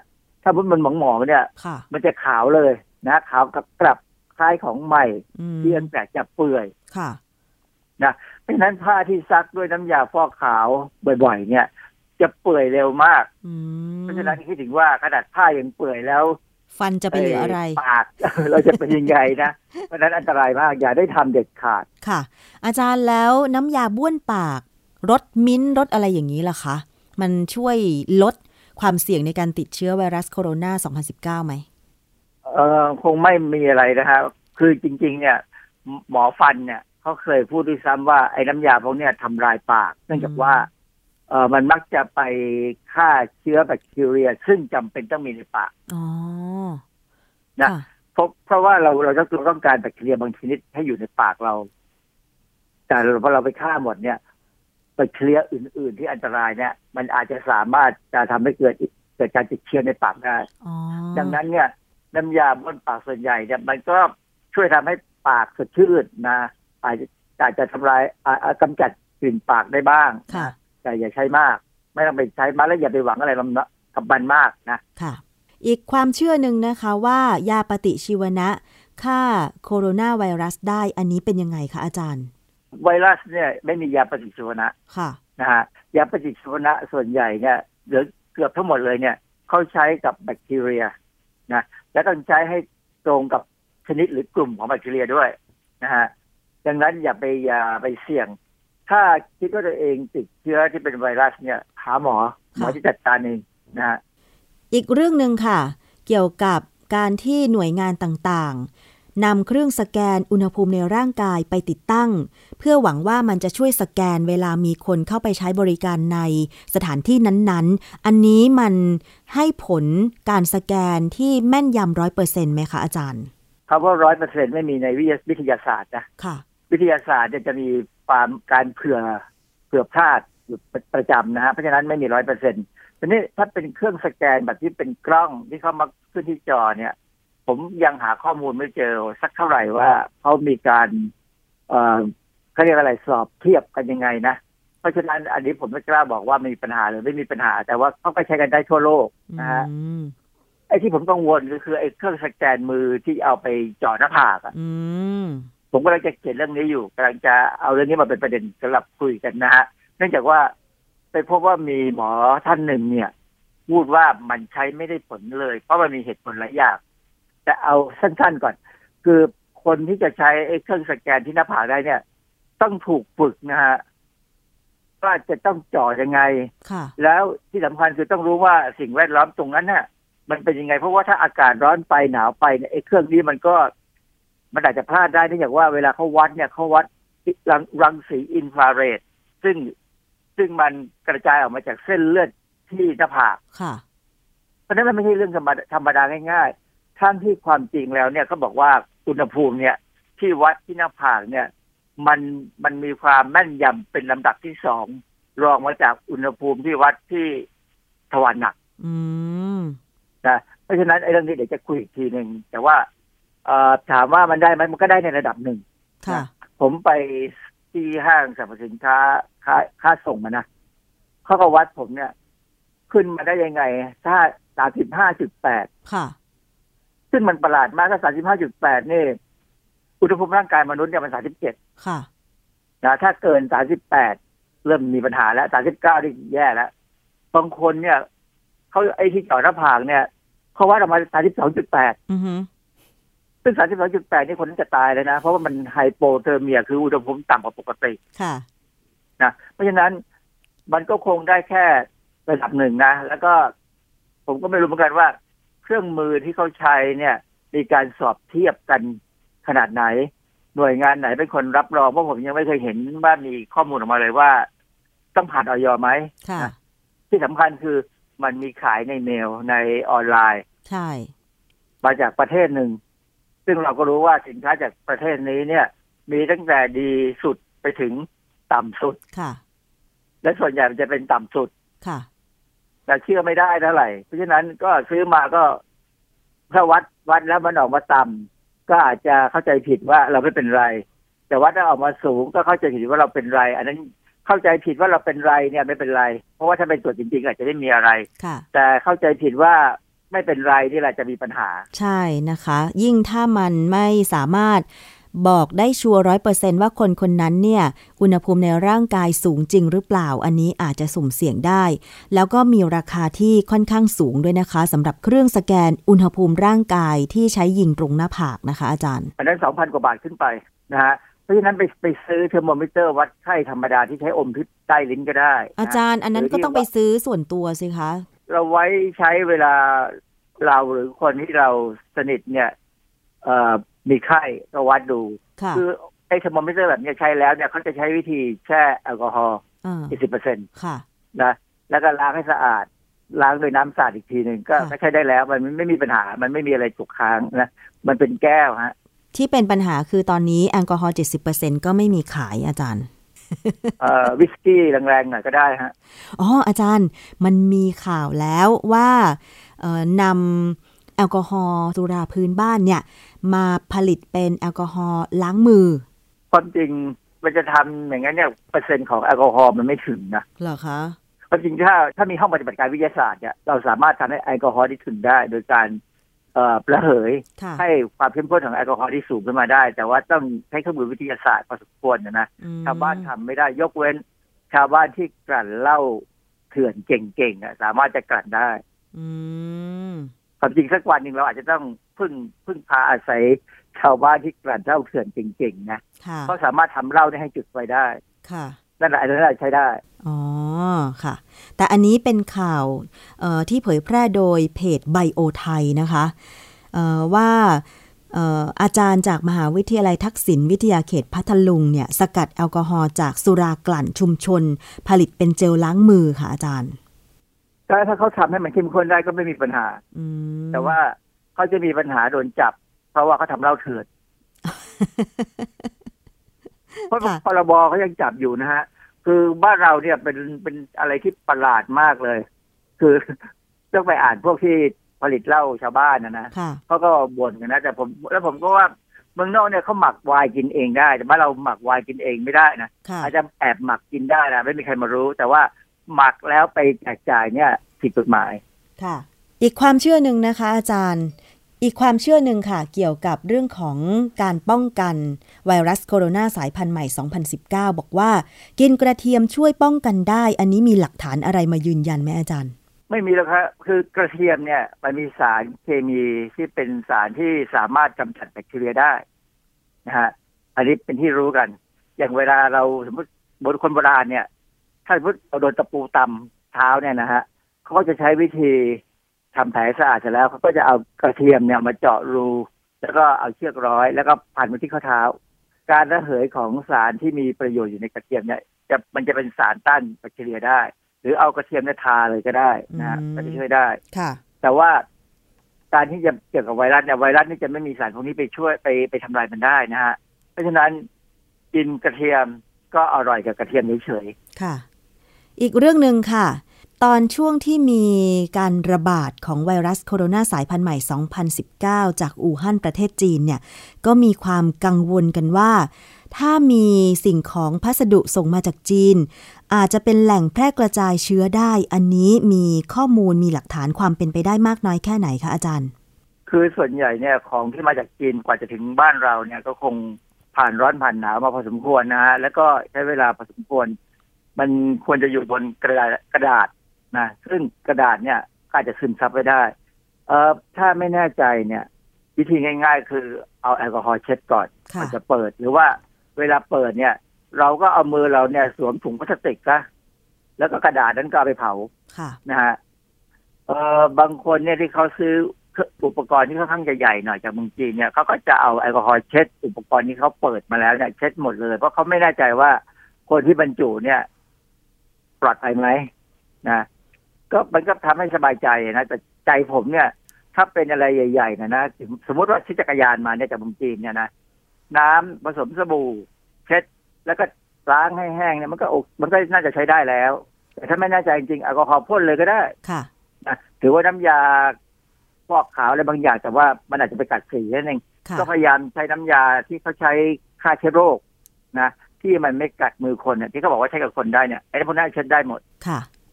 ถ้ามันหมองๆเนี่ยมันจะขาวเลยนะขาวกับกลับคล้ายของใหม่ที่อันแต่จะเปื่อยนะเพราะฉะนั้นผ้าที่ซักด้วยน้ำยาฟอกขาวบ่อยๆเนี่ยจะเปื่อยเร็วมากเพราะฉะนั้นคิดถึงว่าขนาดผ้ายังเปื่อยแล้ว
ฟันจะไปเหลืออะไร
ปาก เราจะเป็นยังไงนะเพราะฉะนั้นอันตรายมากอย่าได้ทำเด็ดขาด
ค่ะอาจารย์แล้วน้ำยาบ้วนปากรสมิ้นท์รสอะไรอย่างนี้ล่ะคะมันช่วยลดความเสี่ยงในการติดเชื้อไวรัสโคโรนา2019ไหม
คงไม่มีอะไรนะครับคือจริงๆเนี่ยหมอฟันเนี่ยเขาเคยพูดด้วยซ้ำว่าไอ้น้ำยาพวกนี้ทำลายปากเนื่องจากว่ามันมักจะไปฆ่าเชื้อแบคทีเรียซึ่งจำเป็นต้องมีในปากนะเพราะว่าเราต้องการแบคทีเรียบางชนิดให้อยู่ในปากเราแต่พอเราไปฆ่าหมดเนี่ยแบคทีเรียอื่นๆที่อันตรายเนี่ยมันอาจจะสามารถจะทำให้เกิดการติดเชื้อในปากได้ดังนั้นเนี่ยน้ำยาบ้วนปากส่วนใหญ่เนี่ยมันก็ช่วยทำให้ปากสดชื่นนะอาจจะทำลายกำจัดกลิ่นปากได้บ้างแต่อย่าใช้มากไม่ต้องไปใช้มากแล้วอย่าไปหวังอะไรกับมันมากนะ
ค่ะอีกความเชื่อหนึ่งนะคะว่ายาปฏิชีวนะฆ่าโคโรนาไวรัสได้อันนี้เป็นยังไงคะอาจารย์
ไวรัสเนี่ยไม่มียาปฏิชีวนะ
ค่ะ
นะฮะยาปฏิชีวนะส่วนใหญ่เนี่ยหรือเกือบทั้งหมดเลยเนี่ยเขาใช้กับแบคทีเรียนะและต้องใช้ให้ตรงกับชนิดหรือกลุ่มของแบคทีเรียด้วยนะฮะดังนั้นอย่าไปเสี่ยงถ้าคิดว่าตัวเองติดเชื้อที่เป็นไวรัสเนี่ยหาหมอที่จัดการเองนะฮะ
อีกเรื่องนึงค่ะเกี่ยวกับการที่หน่วยงานต่างๆนำเครื่องสแกนอุณหภูมิในร่างกายไปติดตั้งเพื่อหวังว่ามันจะช่วยสแกนเวลามีคนเข้าไปใช้บริการในสถานที่นั้นๆอันนี้มันให้ผลการสแกนที่แม่นยำ 100% ไหมคะอาจารย์
คำว่า 100% ไม่มีในวิทยาศาสตร์นะ
ค่ะ
วิทยาศาสตร์จะมีความการเผื่อพลาดอยู่ประจำนะฮะเพราะฉะนั้นไม่มี 100%ทีนี้ถ้าเป็นเครื่องสแกนแบบที่เป็นกล้องที่เขามาขึ้นที่จอเนี่ยผมยังหาข้อมูลไม่เจอสักเท่าไหร่ว่าเขามีการเขาเรียกอะไรสอบเทียบกันยังไงนะเพราะฉะนั้นอันนี้ผมไม่กล้าบอกว่ามีปัญหาหรือไม่มีปัญหาแต่ว่าเขาก็ใช้กันได้ทั่วโลกนะฮะไอ้ที่ผมกังวลก็คือไอ้เครื่องสแกนมือที่เอาไปจ่อหน้าผากผมกำลังจะเขียนเรื่องนี้อยู่กำลังจะเอาเรื่องนี้มาเป็นประเด็นสำหรับคุยกันนะฮะเนื่องจากว่าไปพบว่ามีหมอท่านหนึ่งเนี่ยพูดว่ามันใช้ไม่ได้ผลเลยเพราะมันมีเหตุผลหลายอย่างแต่เอาสั้นๆก่อนคือคนที่จะใช้ไอ้เครื่องสแกนที่หน้าผากได้เนี่ยต้องถูกฝึกนะฮะว่าจะต้องจ่อยังไงแล้วที่สำคัญคือต้องรู้ว่าสิ่งแวดล้อมตรงนั้นน่ะมันเป็นยังไงเพราะว่าถ้าอากาศร้อนไปหนาวไปเนี่ยไอ้เครื่องนี้มันอาจจะพลาดได้เนื่องจากว่าเวลาเขาวัดเนี่ยเขาวัดรังสีอินฟราเรดซึ่งมันกระจายออกมาจากเส้นเลือดที่หน้าผากเพราะฉะนั้นมันไม่ใช่เรื่องธรรมดาง่ายๆทั้งที่ความจริงแล้วเนี่ยเขาบอกว่าอุณหภูมิเนี่ยที่วัดที่หน้าผากเนี่ยมันมีความแม่นยำเป็นลำดับที่2รองมาจากอุณหภูมิที่วัดที่ทวารหนักนะเพราะฉะนั้นไอ้เรื่องนี้เดี๋ยวจะคุยอีกทีนึงแต่ว่าถามว่ามันได้ไหมมันก็ได้ในระดับหนึ่งผมไปที่ห้างสรรพสินค้าค่าส่งมานะเขาก็วัดผมเนี่ยขึ้นมาได้ยังไงถ้า 35.8
ค่ะ
ซึ่งมันประหลาดมากถ้า 35.8 นี่อุณหภูมิร่างกายมนุษย์เนี่ยมัน 37
ค่ะ
นะถ้าเกิน 38 เริ่มมีปัญหาแล้ว 39 นี่แย่แล้วบางคนเนี่ยเขาไอ้ที่จ่อหน้าผากเนี่ยเขาวัดออกมา 32.8 ซึ่ง 32.8 นี่คนนั้นจะตายเลยนะเพราะว่ามันไฮโปเทอร์เมียคืออุณหภูมิต่ำกว่าปกติ
ค่ะ
นะเพราะฉะนั้นมันก็คงได้แค่ระดับหนึ่งนะแล้วก็ผมก็ไม่รู้เหมือนกันว่าเครื่องมือที่เขาใช้เนี่ยมีการสอบเทียบกันขนาดไหนหน่วยงานไหนเป็นคนรับรองเพราะผมยังไม่เคยเห็นว่ามีข้อมูลออกมาเลยว่าต้องผ่านอย.ไหมที่สำคัญคือมันมีขายในเมลในออนไลน์
ใช่
มาจากประเทศหนึ่งซึ่งเราก็รู้ว่าสินค้าจากประเทศนี้เนี่ยมีตั้งแต่ดีสุดไปถึงต่ำสุด
ค่ะ
และส่วนใหญ่มันจะเป็นต่ำสุด
ค่ะ
แต่เชื่อไม่ได้เท่าไหร่เพราะฉะนั้นก็ซื้อมาก็ถ้าวัดแล้วมันออกมาต่ำก็อาจจะเข้าใจผิดว่าเราไม่เป็นไรแต่ว่าถ้าออกมาสูงก็เข้าใจผิดว่าเราเป็นไรอันนั้นเข้าใจผิดว่าเราเป็นไรเนี่ยไม่เป็นไรเพราะว่าถ้าเป็นตรวจจริงๆอาจจะไม่มีอะไรแต่เข้าใจผิดว่าไม่เป็นไรนี่แหละจะมีปัญหา
ใช่นะคะยิ่งถ้ามันไม่สามารถบอกได้ชัวร์ 100% ว่าคนคนนั้นเนี่ยอุณหภูมิในร่างกายสูงจริงหรือเปล่าอันนี้อาจจะสุ่มเสี่ยงได้แล้วก็มีราคาที่ค่อนข้างสูงด้วยนะคะสำหรับเครื่องสแกนอุณหภูมิร่างกายที่ใช้ยิงตรงหน้าผากนะคะอาจารย์
อันนั้น 2,000 กว่าบาทขึ้นไปนะฮะเพราะฉะนั้นไปซื้อเทอร์โมมิเตอร์วัดไข้ธรรมดาที่ใช้อมที่ใต้ลิ้นก็ได้
อาจารย์อันนั้นก็ต้องไปซื้อส่วนตัวสิคะ
เราไว้ใช้เวลาเราหรือคนที่เราสนิทเนี่ยมีไข้ก็วัดดูคือไอ้เทอร์โมมิเตอร์แบบนี้ใช้แล้วเนี่ยเขาจะใช้วิธีแช่แอลกอฮอล์ 70%
ค่ะ
นะแล้วก็ล้างให้สะอาดล้างด้วยน้ำสะอาดอีกทีนึงก็ใช้ได้แล้วมันไม่มีปัญหามันไม่มีอะไรตกค้างนะมันเป็นแก้วฮะ
ที่เป็นปัญหาคือตอนนี้แอลกอฮอล์ 70% ก็ไม่มีขายอาจารย์
วิสกี้แรงๆหน่อยก็ได้ฮะ
อ๋ออาจารย์มันมีข่าวแล้วว่านำแอลกอฮอล์สุราพื้นบ้านเนี่ยมาผลิตเป็นแอลกอฮอล์ล้างมือ
ความจริงมันจะทำอย่างนั้นเนี่ยเปอร์เซ็นต์ของแอลกอฮอล์มันไม่ถึงนะ
เหรอคะ
ความจริงถ้ามีห้องปฏิบัติการวิทยาศาสตร์เนี่ยเราสามารถทำให้แอลกอฮอล์ที่ถึงได้โดยการระเหยให้ความเข้มข้นของแอลกอฮอล์ที่สูงขึ้นมาได้แต่ว่าต้องใช้เครื่องมือวิทยาศาสตร์พอสมควรนะชาวบ้านทำไม่ได้ยกเว้นชาวบ้านที่กลั่นเหล้าเถื่อนเก่งๆสามารถจะกลั่นได้ความจริงสักวันหนึ่งเราอาจจะต้องพึ่งพาอาศัยชาวบ้านที่กลั่นเหล้าเถื่อนเก่งๆนะเขาสามารถทำเหล้าได้ให้จุดไฟได้นั่นแหละอันนั้นใช้ได้
อ๋อค่ะแต่อันนี้เป็นข่าวที่เผยแพร่โดยเพจไบโอไทยนะคะว่าอาจารย์จากมหาวิทยาลัยทักษิณวิทยาเขตพัทลุงเนี่ยสกัดแอลกอฮอล์จากสุรากลั่นชุมชนผลิตเป็นเจลล้างมือค่ะอาจารย์
ถ้าเขาทำให้มันเข้มข้นได้ก็ไม่มีปัญหาแต่ว่าเขาจะมีปัญหาโดนจับเพราะว่าเขาทำเหล้าเถื่อนเพราะพรบเขายังจับอยู่นะฮะคือบ้านเราเนี่ยเป็นอะไรที่ประหลาดมากเลยคือต้องไปอ่านพวกที่ผลิตเหล้าชาวบ้านนะเขาก็บ่นกันนะแต่ผมก็ว่าเมืองนอกเนี่ยเขาหมักไวน์กินเองได้แต่บ้านเราหมักไวน์กินเองไม่ได้นะอาจจะแอบหมักกินได้นะไม่มีใครมารู้แต่ว่าหมักแล้วไปแจกจ่ายเนี่ยผิดกฎหมาย
ค่ะอีกความเชื่อหนึ่งนะคะอาจารย์อีกความเชื่อหนึ่งค่ะเกี่ยวกับเรื่องของการป้องกันไวรัสโคโรนาสายพันธุ์ใหม่2019บอกว่ากินกระเทียมช่วยป้องกันได้อันนี้มีหลักฐานอะไรมายืนยันไหมอาจารย์
ไม่มีแล้วครับคือกระเทียมเนี่ยมันมีสารเคมีที่เป็นสารที่สามารถกำจัดแบคทีเรียได้นะฮะอันนี้เป็นที่รู้กันอย่างเวลาเราสมมติคนโบราณเนี่ยถ้าสมมติเราโดนตะปูตำเท้าเนี่ยนะฮะเขาก็จะใช้วิธีทำแผลสะอาดเสร็จแล้วเขาก็จะเอากระเทียมเนี่ยมาเจาะรูแล้วก็เอาเชือกร้อยแล้วก็พันไปที่ข้อเท้าการระเหยของสารที่มีประโยชน์อยู่ในกระเทียมเนี่ยมันจะเป็นสารต้านแบคทีเรียได้หรือเอากระเทียมเนี่ยทาเลยก็ได้นะก็จะช่วยได้แต่ว่าการที่จะเกี่ยวกับไวรัสเนี่ยไวรัสนี่จะไม่มีสารพวกนี้ไปช่วยไปทำลายมันได้นะฮะเพราะฉะนั้นกินกระเทียมก็อร่อยกับกระเทียมเฉย
ๆค่ะอีกเรื่องนึงค่ะตอนช่วงที่มีการระบาดของไวรัสโคโรนาสายพันธุ์ใหม่2019จากอู่ฮั่นประเทศจีนเนี่ยก็มีความกังวลกันว่าถ้ามีสิ่งของพัสดุส่งมาจากจีนอาจจะเป็นแหล่งแพร่กระจายเชื้อได้อันนี้มีข้อมูลมีหลักฐานความเป็นไปได้มากน้อยแค่ไหนคะอาจารย์
คือส่วนใหญ่เนี่ยของที่มาจากจีนกว่าจะถึงบ้านเราเนี่ยก็คงผ่านร้อนผ่านหนาวมาพอสมควรนะฮะแล้วก็ใช้เวลาพอสมควรมันควรจะอยู่บนกระดาษนะซึ่งกระดาษเนี่ยอาจจะซึมซับไว้ได้ถ้าไม่แน่ใจเนี่ยวิธีง่ายๆคือเอาแอลกอฮอล์เช็ดก่อนมันจะเปิดหรือว่าเวลาเปิดเนี่ยเราก็เอามือเราเนี่ยสวมถุงพลาสติกนะแล้วก็กระดาษนั้นก็เอาไปเผานะฮะบางคนเนี่ยที่เขาซื้ออุปกรณ์ที่ค่อนข้างใหญ่ๆหน่อยจากเมืองจีนเนี่ยเขาก็จะเอาแอลกอฮอล์เช็ดอุปกรณ์ที่เขาเปิดมาแล้วเนี่ยเช็ดหมดเลยเพราะเขาไม่แน่ใจว่าคนที่บรรจุเนี่ยปลอดภัยไหมนะก็มันก็ทำให้สบายใจนะแต่ใจผมเนี่ยถ้าเป็นอะไรใหญ่ๆนะสมมติว่าขี่จักรยานมาเนี่ยจากเมืองจีนเนี่ยนะน้ำผสมสบู่เช็ดแล้วก็ล้างให้แห้งเนี่ยมันก็น่าจะใช้ได้แล้วแต่ถ้าไม่แน่ใจจริงๆแอลกอฮอล์พ่นเลยก็ได้
ค่ะ
นะถือว่าน้ำยาฟอกขาวอะไรบางอย่างแต่ว่ามันอาจจะไปกัดสีนั่นเองก็พยายามใช้น้ำยาที่เขาใช้ฆ่าเชื้อโรคนะที่มันไม่กัดมือคนเนี่ยที่เขาบอกว่าใช้กับคนได้เนี่ยไอ้พวกนั้นเช็ดได้หมด
ค่ะ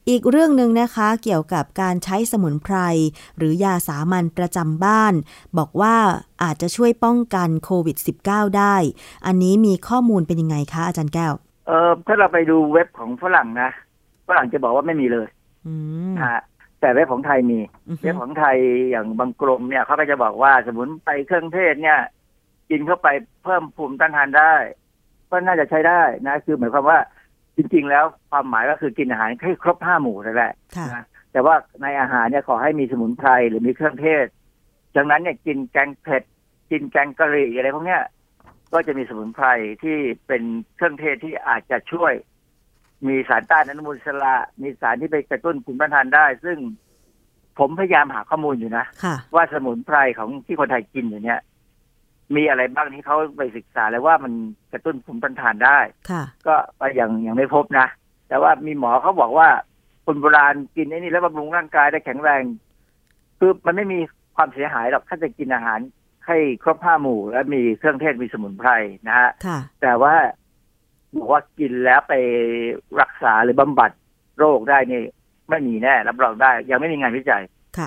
อีกเรื่องหนึ่งนะคะเกี่ยวกับการใช้สมุนไพรหรือยาสามัญประจำบ้านบอกว่าอาจจะช่วยป้องกันโควิด -19 ได้อันนี้มีข้อมูลเป็นยังไงคะอาจารย์แก้ว
ถ้าเราไปดูเว็บของฝรั่งนะฝรั่งจะบอกว่าไม่มีเลยแต่เว็บของไทยมีเว็บของไทยอย่างบางกรมเนี่ยเขาก็จะบอกว่าสมุนไพรเครื่องเทศเนี่ยกินเข้าไปเพิ่มภูมิต้านทานได้ก็น่าจะใช้ได้นะคือหมายความว่าจริงๆแล้วความหมายก็คือกินอาหารให้ครบ5 หมู่นั่นแหละนะแต่ว่าในอาหารเนี่ยขอให้มีสมุนไพรหรือมีเครื่องเทศจากนั้นเนี่ยกินแกงเผ็ดกินแกงกะหรี่อะไรพวกเนี้ยก็จะมีสมุนไพรที่เป็นเครื่องเทศที่อาจจะช่วยมีสารต้านอนุมูลอิสระมีสารที่ไปกระตุ้นภูมิต้านทานได้ซึ่งผมพยายามหาข้อมูลอยู่นะว่าสมุนไพรของที่คนไทยกินอยู่เนี่ยมีอะไรบ้างที่เขาไปศึกษาแล้วว่ามันกระตุ้นภูมิต้านทานได้ก็ยังไม่พบนะแต่ว่ามีหมอเขาบอกว่าคนโบราณกินไอ้นี่แล้วบำรุงร่างกายได้แข็งแรงคือมันไม่มีความเสียหายหรอกถ้าจะกินอาหารให้ครบ5 หมู่และมีเครื่องเทศมีสมุนไพรนะฮะแต่ว่าบอกว่ากินแล้วไปรักษาหรือบำบัดโรคได้นี่ไม่มีแน่รับรองได้ยังไม่มีงานวิจัยค่ะ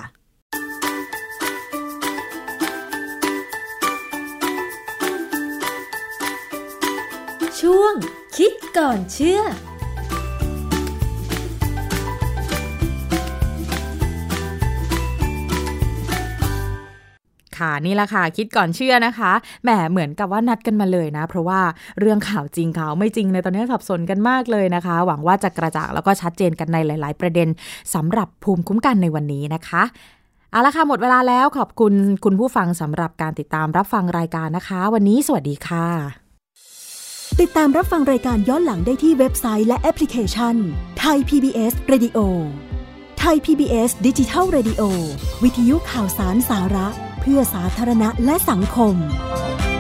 ช่วงคิดก่อนเชื่อ
ค่ะนี่แหละค่ะคิดก่อนเชื่อนะคะแหมเหมือนกับว่านัดกันมาเลยนะเพราะว่าเรื่องข่าวจริงข่าวไม่จริงในตอนนี้สับสนกันมากเลยนะคะหวังว่าจะกระจ่างแล้วก็ชัดเจนกันในหลายๆประเด็นสำหรับภูมิคุ้มกันในวันนี้นะคะเอาละค่ะหมดเวลาแล้วขอบคุณคุณผู้ฟังสำหรับการติดตามรับฟังรายการนะคะวันนี้สวัสดีค่ะ
ติดตามรับฟังรายการย้อนหลังได้ที่เว็บไซต์และแอปพลิเคชัน Thai PBS Radio Thai PBS Digital Radio วิทยุข่าวสารสาระเพื่อสาธารณะและสังคม